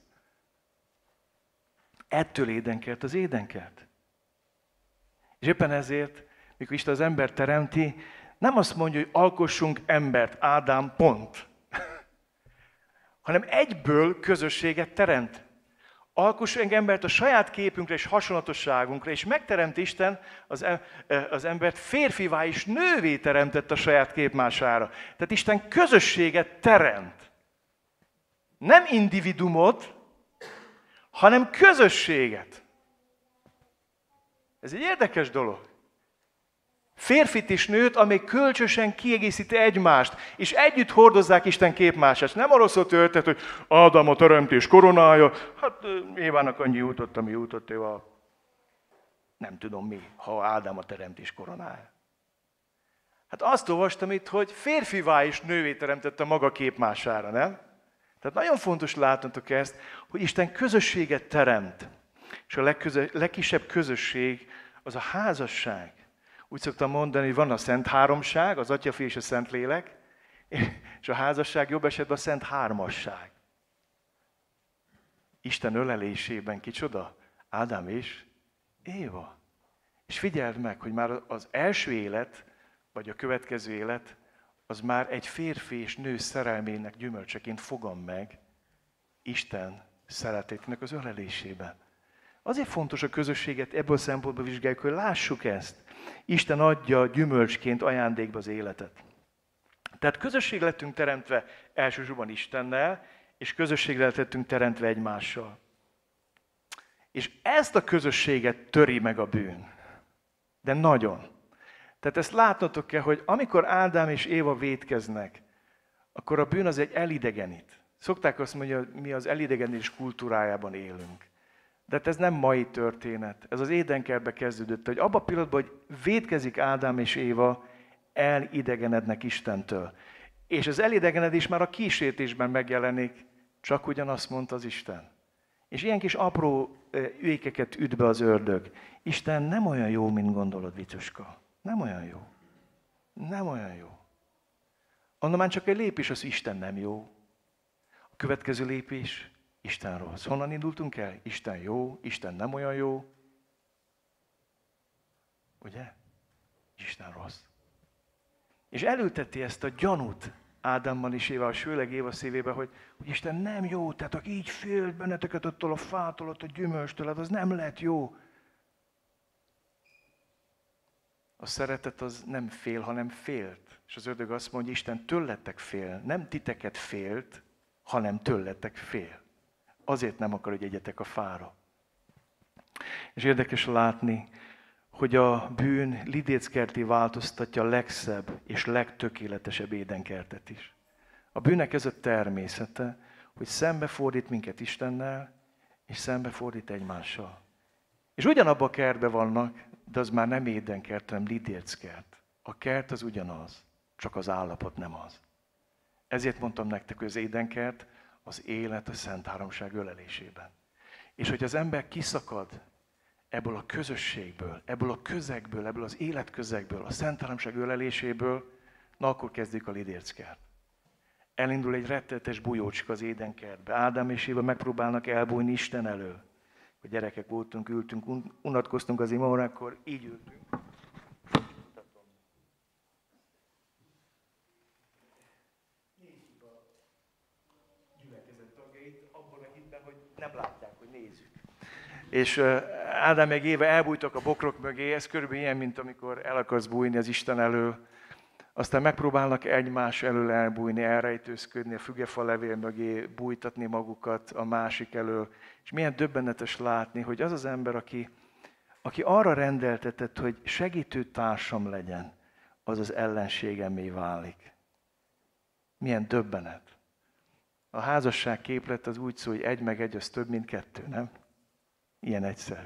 Ettől édenkert az édenkert. És éppen ezért, mikor Isten az embert teremti, nem azt mondja, hogy alkossunk embert, Ádám, pont. hanem egyből közösséget teremt. Alkossunk embert a saját képünkre és hasonlatosságunkra, és megteremt Isten az, az embert férfivá és nővé teremtett a saját képmására. Tehát Isten közösséget teremt. Nem individumot, hanem közösséget. Ez egy érdekes dolog. Férfit és nőt, amely kölcsösen kiegészíti egymást, és együtt hordozzák Isten képmását. Nem arról szó történet, hogy Ádám a teremtés koronája, hát Évának annyi jutott, ami jutott, ő a nem tudom mi, ha Ádám a teremtés koronája. Hát azt olvastam itt, hogy férfivá és nővé teremtette maga képmására, nem? Tehát nagyon fontos látnotok ezt, hogy Isten közösséget teremt. És a legköze, legkisebb közösség az a házasság. Úgy szoktam mondani, hogy van a Szent Háromság, az Atya, Fiú és a Szent Lélek, és a házasság jobb esetben a Szent Hármasság. Isten ölelésében kicsoda? Ádám és Éva. És figyeld meg, hogy már az első élet, vagy a következő élet, az már egy férfi és nő szerelmének gyümölcseként fogam meg Isten szeretetének az ölelésében. Azért fontos a közösséget ebből a szempontból vizsgáljuk, hogy lássuk ezt. Isten adja gyümölcsként ajándékba az életet. Tehát közösség lettünk teremtve elsősorban Istennel, és közösségre lettünk teremtve egymással. És ezt a közösséget töri meg a bűn. De nagyon. Tehát ezt látnotok kell, hogy amikor Ádám és Éva vétkeznek, akkor a bűn az egy elidegenít. Szokták azt mondani, hogy mi az elidegenés kultúrájában élünk. De hát ez nem mai történet. Ez az édenkertbe kezdődött, hogy abban a pillanatban, hogy vétkezik Ádám és Éva, elidegenednek Istentől. És az elidegenedés már a kísértésben megjelenik, csak ugyanazt mondta az Isten. És ilyen kis apró ülékeket üt be az ördög. Isten nem olyan jó, mint gondolod, Vicuska. Nem olyan jó. Nem olyan jó. Onnan már csak egy lépés az, Isten nem jó. A következő lépés, Isten rossz. Honnan indultunk el? Isten jó, Isten nem olyan jó. Ugye? Isten rossz. És elülteti ezt a gyanút Ádámmal és Éva, főleg Éva szívébe, hogy, hogy Isten nem jó, tehát aki így félt benneteket attól a fától, ott a gyümölcstől, hát az nem lett jó. A szeretet az nem fél, hanem félt. És az ördög azt mondja, Isten tőletek fél, nem titeket félt, hanem tőletek fél. Azért nem akar, hogy egyetek a fára. És érdekes látni, hogy a bűn lidéckerté változtatja a legszebb és legtökéletesebb édenkertet is. A bűnnek ez a természete, hogy szembefordít minket Istennel, és szembefordít egymással. És ugyanabban a kertben vannak, de az már nem édenkert, hanem lidérckert. A kert az ugyanaz, csak az állapot nem az. Ezért mondtam nektek, hogy az édenkert az élet a Szent Háromság ölelésében. És hogy az ember kiszakad ebből a közösségből, ebből a közegből, ebből az életközegből, a Szent Háromság öleléséből, na akkor kezdjük a lidérckert. Elindul egy rettenetes bujócska az édenkertbe. Ádám és Éva megpróbálnak elbújni Isten elől. Hogy gyerekek voltunk, ültünk, unatkoztunk az imaórákkor, így ültünk. Nézzük a gyülekezet tagjait, abban a hitben, hogy nem látják, hogy nézzük. És Ádám meg Éva elbújtak a bokrok mögé, ez körülbelül ilyen, mint amikor el akarsz bújni az Isten elől. Aztán megpróbálnak egymás elől elbújni, elrejtőzködni, a fügefa levél mögé bújtatni magukat a másik elől. És milyen döbbenetes látni, hogy az az ember, aki, aki arra rendeltetett, hogy segítő társam legyen, az az ellenségemmé válik. Milyen döbbenet. A házasság képlet az úgy szól, hogy egy meg egy, az több, mint kettő, nem? Ilyen egyszerű.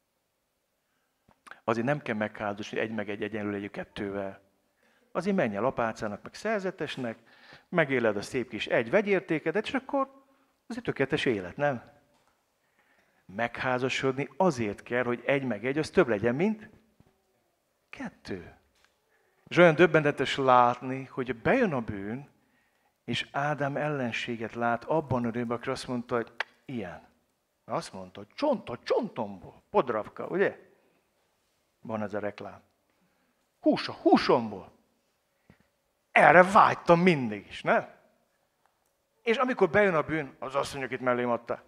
Azért nem kell megházasodni, hogy egy meg egy egyenlő legyen kettővel. Azért menj el apácának, meg szerzetesnek, megéled a szép kis egy vegyértékedet, és akkor az egy tökéletes élet, nem? Megházasodni azért kell, hogy egy meg egy, az több legyen, mint kettő. És olyan döbbenetes látni, hogy bejön a bűn, és Ádám ellenséget lát abban a nőben, aki azt mondta, hogy ilyen. Azt mondta, hogy csont a csontomból, podravka, ugye? Van ez a reklám. Hús a húsomból. Erre vágytam mindig is, nem? És amikor bejön a bűn, az asszony, akit mellém adta.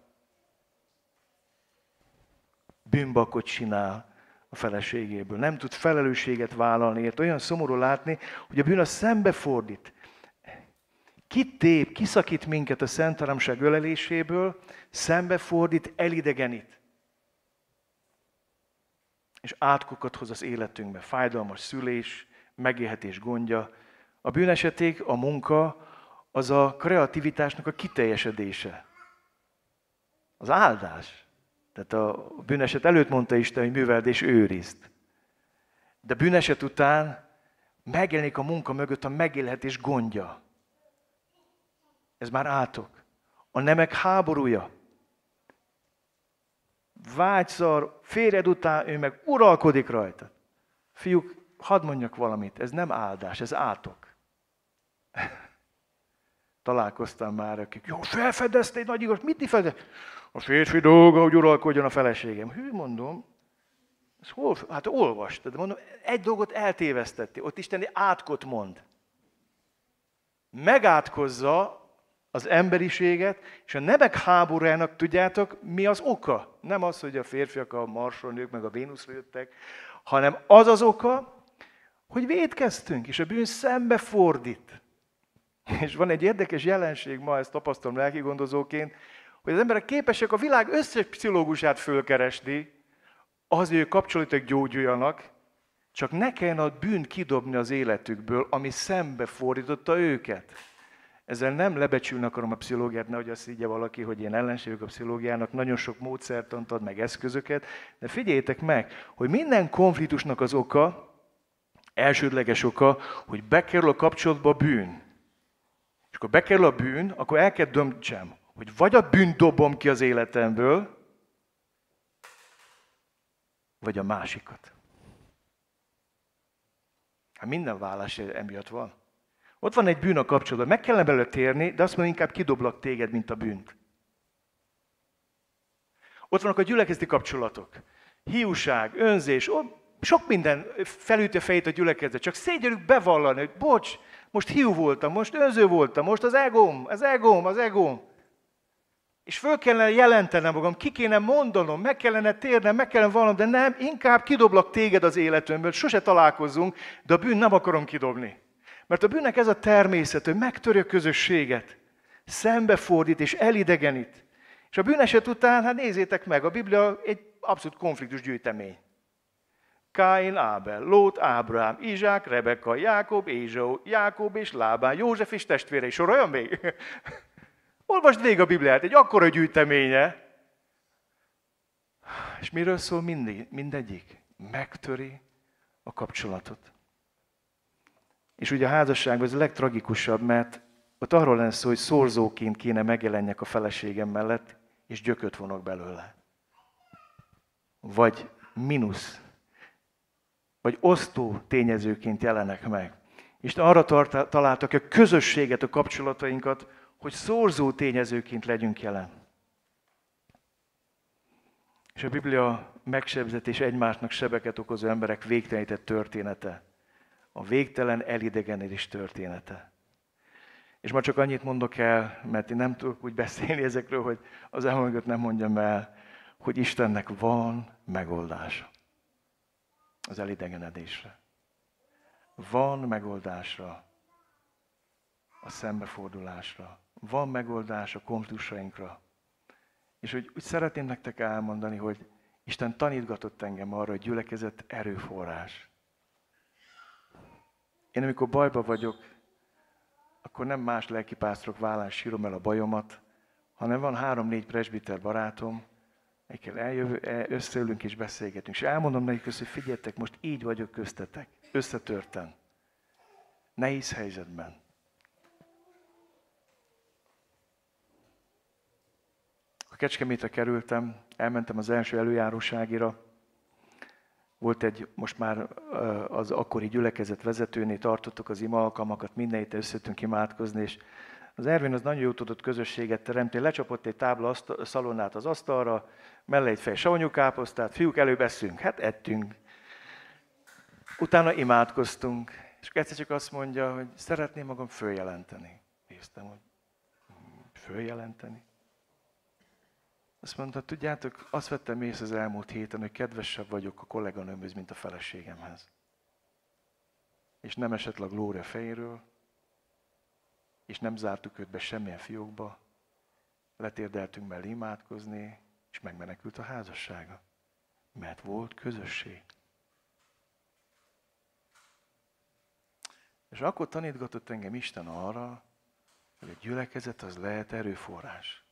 Bűnbakot csinál a feleségéből. Nem tud felelősséget vállalni, ért olyan szomorú látni, hogy a bűn az szembefordít. Kitép, kiszakít minket a Szent Háromság öleléséből, szembefordít, elidegenít. És átkokat hoz az életünkbe. Fájdalmas szülés, megélhetés gondja. A bűneseték, a munka, az a kreativitásnak a kiteljesedése. Az áldás. Tehát a bűneset előtt mondta Isten, hogy műveld és őrizd. De bűneset után megjelenik a munka mögött a megélhetés gondja. Ez már átok. A nemek háborúja. Vágyszar, férjed után ő meg uralkodik rajta. Fiúk, hadd mondjak valamit, ez nem áldás, ez átok. Találkoztam már, akik, jó, felfedezte egy nagy igaz, mit fedezte? A férfi dolga, hogy uralkodjon a feleségem. Hű, mondom, ez hol, hát olvastad, mondom, egy dolgot eltévesztettél, ott Isten átkot mond. Megátkozza az emberiséget, és a nemek háborújának, tudjátok, mi az oka? Nem az, hogy a férfiak a Marsról nők, meg a Vénuszra jöttek, hanem az az oka, hogy vétkeztünk, és a bűn szembe fordít. És van egy érdekes jelenség, ma ezt tapasztalom lelkigondozóként, hogy az emberek képesek a világ összes pszichológusát fölkeresni, az, hogy ők kapcsolatok gyógyuljanak, csak ne kelljen a bűnt kidobni az életükből, ami szembe fordította őket. Ezzel nem lebecsülni akarom a pszichológiát, nehogy azt higgye valaki, hogy én ellenségük a pszichológiának, nagyon sok módszertant ad, meg eszközöket, de figyeljétek meg, hogy minden konfliktusnak az oka, elsődleges oka, hogy bekerül a kapcsolatba a bűn. És akkor bekerül a bűn, akkor el kell döntsem, hogy vagy a bűnt dobom ki az életemből, vagy a másikat. Hát minden vállás emiatt van. Ott van egy bűn a kapcsolatban, meg kellene belőle térni, de azt mondom, inkább kidoblak téged, mint a bűnt. Ott vannak a gyülekezeti kapcsolatok. Hiúság, önzés, sok minden felüti a fejét a gyülekezet. Csak szégyelük bevallani, hogy bocs, most hiú voltam, most önző voltam, most az egóm, az egóm, az egóm. És föl kellene jelentenem magam, ki kéne mondanom, meg kellene térnem, meg kellene vallanom, de nem, inkább kidoblak téged az életemből, sose találkozzunk, de a bűn nem akarom kidobni. Mert a bűnnek ez a természet, hogy megtöri a közösséget, szembefordít és elidegenít. És a bűneset után, hát nézzétek meg, a Biblia egy abszolút konfliktus gyűjtemény. Káin, Ábel, Lót, Ábrám, Izsák, Rebekka, Jákob, Ézsau, Jákob és Lábán, József és testvérei. Soroljon még? Olvasd végig a Bibliát, egy akkora gyűjteménye. És miről szól mindig, mindegyik? Megtöri a kapcsolatot. És ugye a házasságban ez a legtragikusabb, mert ott arról lenne szó, hogy szorzóként kéne megjelenjek a feleségem mellett, és gyököt vonok belőle. Vagy mínusz, vagy osztó tényezőként jelenek meg. Isten arra találtak a közösséget, a kapcsolatainkat, hogy szorzó tényezőként legyünk jelen. És a Biblia megsebzett és egymásnak sebeket okozó emberek végtelenített története. A végtelen elidegenedés története. És ma csak annyit mondok el, mert én nem tudok úgy beszélni ezekről, hogy az elmondott nem mondjam el, hogy Istennek van megoldása az elidegenedésre. Van megoldásra a szembefordulásra. Van megoldás a konfliktusainkra. És hogy úgy szeretném nektek elmondani, hogy Isten tanítgatott engem arra, hogy gyülekezet erőforrás. Én amikor bajba vagyok, akkor nem más lelkipásztorok vállán sírom el a bajomat, hanem van három-négy presbiter barátom, akikkel eljövő, összeülünk és beszélgetünk. És elmondom nekik azt, hogy figyeljetek, most így vagyok köztetek, összetörten, nehéz helyzetben. A Kecskemétre kerültem, elmentem az első előjáróságira. Volt egy, most már az akkori gyülekezet vezetőnél tartottuk az ima alkalmakat, minden héten összetünk imádkozni, és az Ervin az nagyon jó tudott közösséget teremteni, lecsapott egy tábla asztal, szalonnát az asztalra, mellé egy fej savanyúkáposztát, fiúk, előbb eszünk, hát ettünk. Utána imádkoztunk, és egyszer csak azt mondja, hogy szeretném magam följelenteni. Néztem, hogy följelenteni. Azt mondta, tudjátok, azt vettem észre az elmúlt héten, hogy kedvesebb vagyok a kolléganőmhöz, mint a feleségemhez. És nem esett le a glória fejéről, és nem zártuk őt be semmilyen fiókba, letérdeltünk mellé imádkozni, és megmenekült a házassága. Mert volt közösség. És akkor tanítgatott engem Isten arra, hogy a gyülekezet az lehet erőforrás.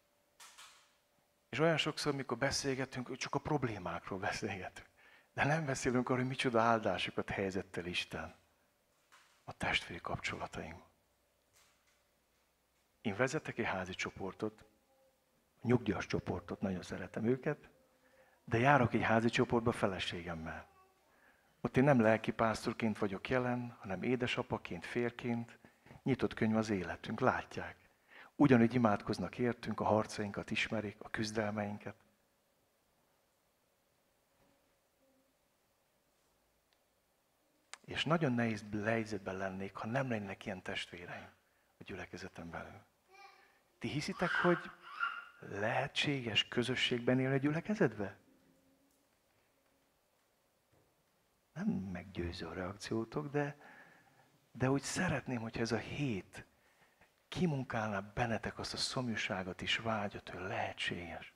És olyan sokszor, mikor beszélgetünk, hogy csak a problémákról beszélgetünk. De nem beszélünk arról, hogy micsoda áldásokat helyezett el Isten a testvéri kapcsolatainkban. Én vezetek egy házi csoportot, nyugdíjas csoportot, nagyon szeretem őket, de járok egy házi csoportba feleségemmel. Ott én nem lelkipásztorként vagyok jelen, hanem édesapaként, férként, nyitott könyv az életünk, látják. Ugyanúgy imádkoznak értünk, a harcainkat ismerik, a küzdelmeinket. És nagyon nehéz helyzetben lennék, ha nem lennének ilyen testvéreim a gyülekezeten belül. Ti hiszitek, hogy lehetséges közösségben élni a gyülekezetbe? Nem meggyőző a reakciótok, de, de úgy szeretném, hogyha ez a hét kimunkálná bennetek azt a szomjúságot és vágyat, hogy lehetséges.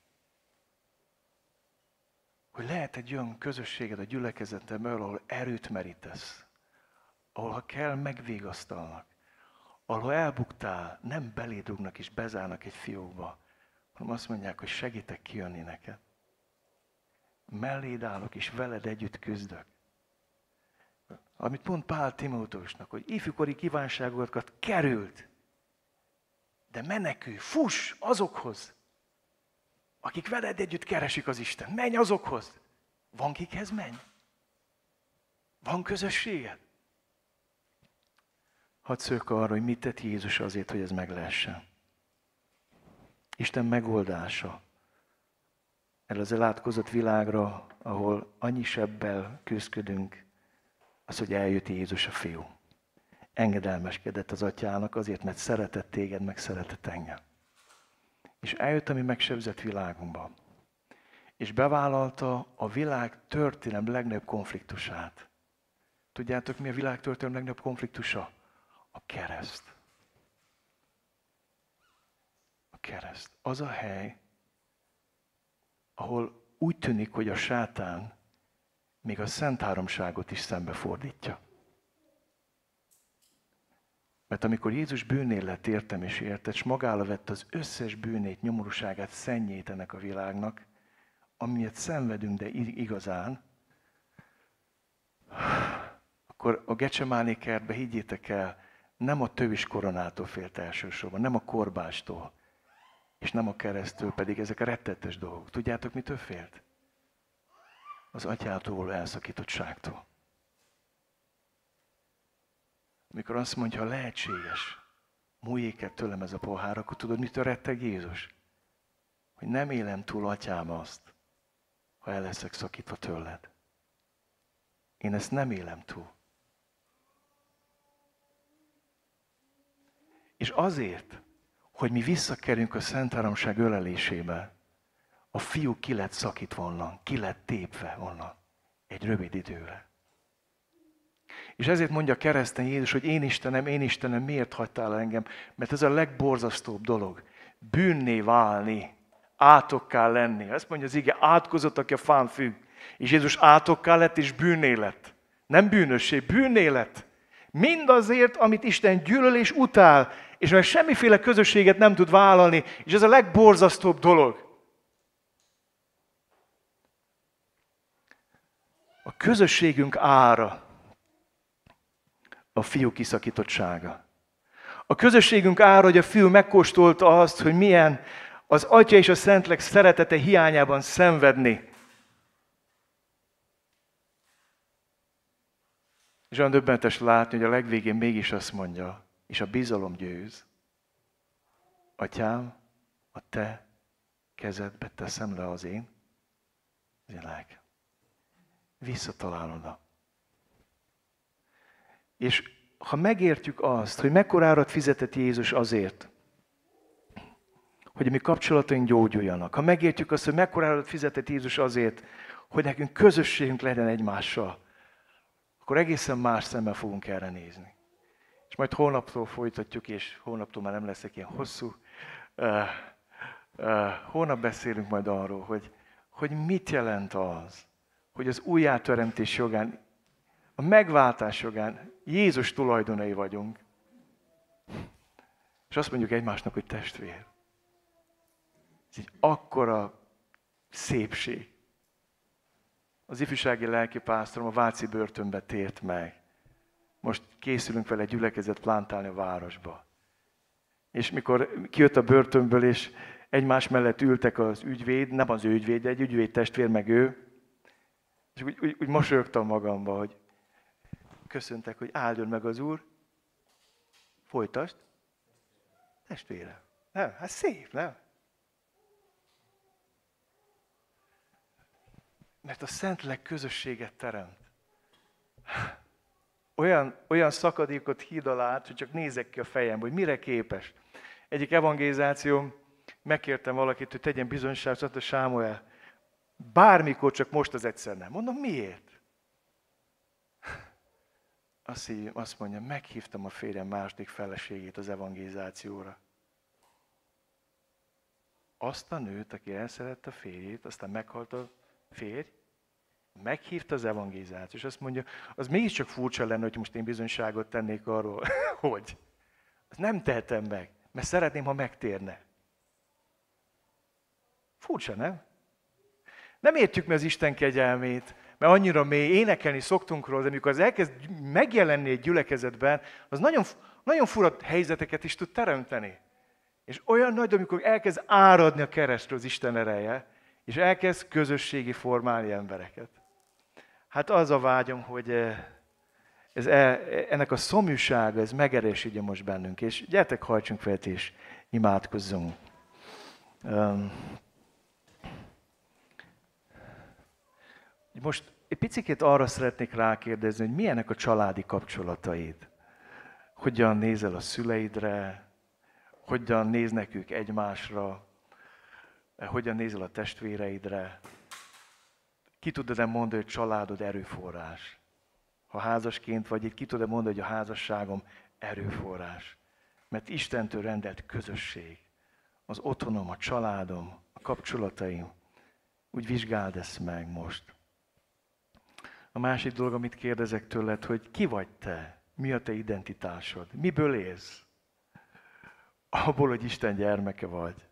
Hogy lehet egy olyan közösséged a gyülekezeten belül, ahol erőt merítesz, ahol ha kell, megvégasztalnak, ahol ha elbuktál, nem beléd rúgnak és bezárnak egy fiókba, hanem azt mondják, hogy segítek kijönni neked. Melléd állok és veled együtt küzdök. Amit mond Pál Timóteusnak, hogy ifjúkori kívánságokat került, de menekülj, fuss azokhoz, akik veled együtt keresik az Isten. Menj azokhoz. Van kikhez menj? Van közösséged? Hadd szők arra, hogy mit tett Jézus azért, hogy ez meg lehessen. Isten megoldása erre az elátkozott világra, ahol annyi sebbel küzdködünk, az, hogy eljött Jézus a fiú. Engedelmeskedett az atyának azért, mert szeretett téged, meg szeretett engem. És eljött a mi megsebzett világunkba. És bevállalta a világ történelem legnagyobb konfliktusát. Tudjátok, mi a világ történelem legnagyobb konfliktusa? A kereszt. A kereszt. Az a hely, ahol úgy tűnik, hogy a sátán még a Szent Háromságot is szembefordítja. Mert amikor Jézus bűnnél lett értem és érted, és magára vette az összes bűnét, nyomorúságát, szennyét ennek a világnak, amilyet szenvedünk, de igazán, akkor a Gecsemáné kertbe, higgyétek el, nem a tövis koronától félt elsősorban, nem a korbástól, és nem a keresztől, pedig ezek a rettetes dolgok. Tudjátok, mitől félt? Az atyától való elszakítottságtól. Amikor azt mondja, ha lehetséges, múljék el tőlem ez a pohár, akkor tudod, mitől retteg Jézus? Hogy nem élem túl, atyám, azt, ha el leszek szakítva tőled. Én ezt nem élem túl. És azért, hogy mi visszakerünk a Szent Háromság ölelésébe, a fiú ki lett szakítva onnan, ki lett tépve onnan egy rövid időre. És ezért mondja a kereszten Jézus, hogy én Istenem, én Istenem, miért hagytál engem? Mert ez a legborzasztóbb dolog. Bűnné válni, átokká lenni. Ezt mondja az ige, átkozott, aki a fán függ. És Jézus átokká lett, és bűnné lett. Nem bűnössé, bűnné lett. Mindazért, amit Isten gyűlöl és utál, és mert semmiféle közösséget nem tud vállalni, és ez a legborzasztóbb dolog. A közösségünk ára a fiú kiszakítottsága. A közösségünk ára, hogy a fiú megkóstolta azt, hogy milyen az Atya és a Szentlélek szeretete hiányában szenvedni. És olyan döbbenetes látni, hogy a legvégén mégis azt mondja, és a bizalom győz. Atyám, a te kezedbe teszem le az én, az én lelkem. Visszatalál oda. És ha megértjük azt, hogy mekkora árat fizetett Jézus azért, hogy a mi kapcsolataink gyógyuljanak, ha megértjük azt, hogy mekkora árat fizetett Jézus azért, hogy nekünk közösségünk legyen egymással, akkor egészen más szemmel fogunk erre nézni. És majd holnaptól folytatjuk, és holnaptól már nem leszek ilyen hosszú. Uh, uh, holnap beszélünk majd arról, hogy, hogy mit jelent az, hogy az újjáteremtés jogán, a megváltás jogán Jézus tulajdonai vagyunk. És azt mondjuk egymásnak, hogy testvér. Ez egy akkora szépség. Az ifjúsági lelkipásztorom a váci börtönbe tért meg. Most készülünk vele egy gyülekezet plántálni a városba. És mikor kijött a börtönből, és egymás mellett ültek az ügyvéd, nem az ő ügyvéd, de egy ügyvéd testvér, meg ő, és úgy, úgy, úgy mosolyogtam magamba, hogy köszöntek, hogy áldjon meg az Úr. Folytasd. Testvére. Nem? Hát szép, nem? Mert a Szentlélek közösséget teremt. Olyan, olyan szakadékot hídal át, hogy csak nézek ki a fejembe, hogy mire képes. Egyik evangelizáció, megkértem valakit, hogy tegyen bizonyságot, azt a Sámuel, bármikor, csak most az egyszer nem. Mondom, miért? Azt, így, azt mondja, meghívtam a férjem második feleségét az evangelizációra. Azt a nőt, aki elszerette a férjét, aztán meghalt a férj, meghívta az evangelizációt, és azt mondja, az mégiscsak furcsa lenne, hogy most én bizonyságot tennék arról, hogy. Azt nem tehetem meg, mert szeretném, ha megtérne. Furcsa, nem? Nem értjük mi az Isten kegyelmét, mert annyira mély, énekelni szoktunk róla, de amikor az elkezd megjelenni egy gyülekezetben, az nagyon, nagyon fura helyzeteket is tud teremteni. És olyan nagy, amikor elkezd áradni a keresztről az Isten ereje, és elkezd közösségi formálni embereket. Hát az a vágyom, hogy ez, ennek a szomjúsága, ez megerősítje most bennünk. És gyertek, hajtsunk fel és imádkozzunk. Most egy picit arra szeretnék rákérdezni, hogy milyenek a családi kapcsolataid. Hogyan nézel a szüleidre, hogyan néznek ők egymásra, hogyan nézel a testvéreidre, ki tudod-e mondani, hogy családod erőforrás? Ha házasként vagy itt, ki tudod-e mondani, hogy a házasságom erőforrás? Mert Istentől rendelt közösség, az otthonom, a családom, a kapcsolataim. Úgy vizsgáld ezt meg most. A másik dolog, amit kérdezek tőled, hogy ki vagy te? Mi a te identitásod? Miből élsz? Abból, hogy Isten gyermeke vagy.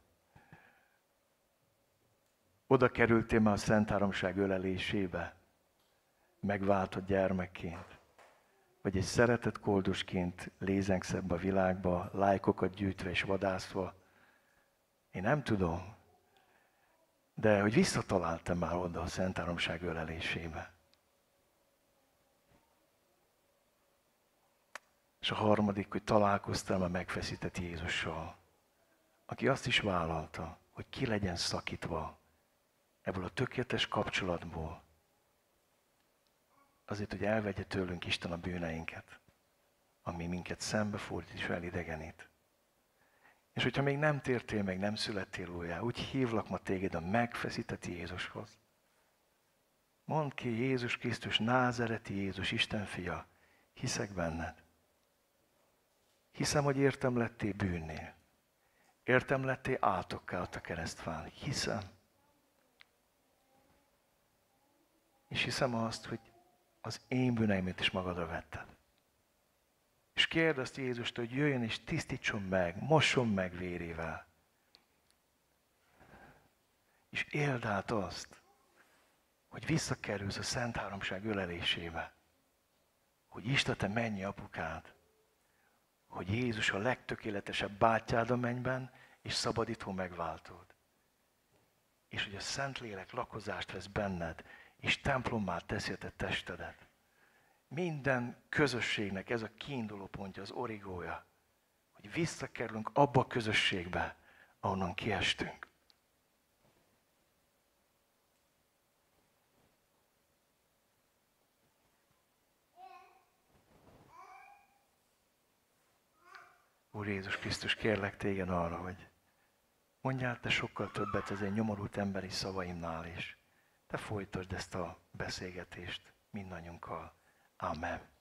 Oda kerültél már a Szent Háromság ölelésébe, megváltott gyermekként. Vagy egy szeretett koldusként lézengsz ebbe a világba, lájkokat gyűjtve és vadászva. Én nem tudom, de hogy visszataláltam már oda a Szent Háromság ölelésébe. És a harmadik, hogy találkoztam a megfeszített Jézussal, aki azt is vállalta, hogy ki legyen szakítva ebből a tökéletes kapcsolatból, azért, hogy elvegye tőlünk Isten a bűneinket, ami minket szembefordít és elidegenít. És hogyha még nem tértél meg, nem születtél újjá, úgy hívlak ma téged a megfeszített Jézushoz. Mondd ki, Jézus Krisztus, názereti Jézus, Isten fia, hiszek benned. Hiszem, hogy értem lettél bűnnél. Értem lettél áltokká ott a keresztfán. Hiszem. És hiszem azt, hogy az én bűneimet is magadra vetted. És kérd azt Jézust, hogy jöjjön és tisztítson meg, mosson meg vérével. És éld át azt, hogy visszakerülsz a Szent Háromság ölelésébe. Hogy Isten te mennyi apukád. Hogy Jézus a legtökéletesebb bátyád a mennyben, és szabadító megváltód. És hogy a Szentlélek lakozást vesz benned, és templommá teszi a te testedet. Minden közösségnek ez a kiinduló pontja, az origója, hogy visszakerülünk abba a közösségbe, ahonnan kiestünk. Úr Jézus Krisztus, kérlek téged arra, hogy mondjál te sokkal többet az én nyomorult emberi szavaimnál is. Te folytasd ezt a beszélgetést mindannyiunkkal. Amen.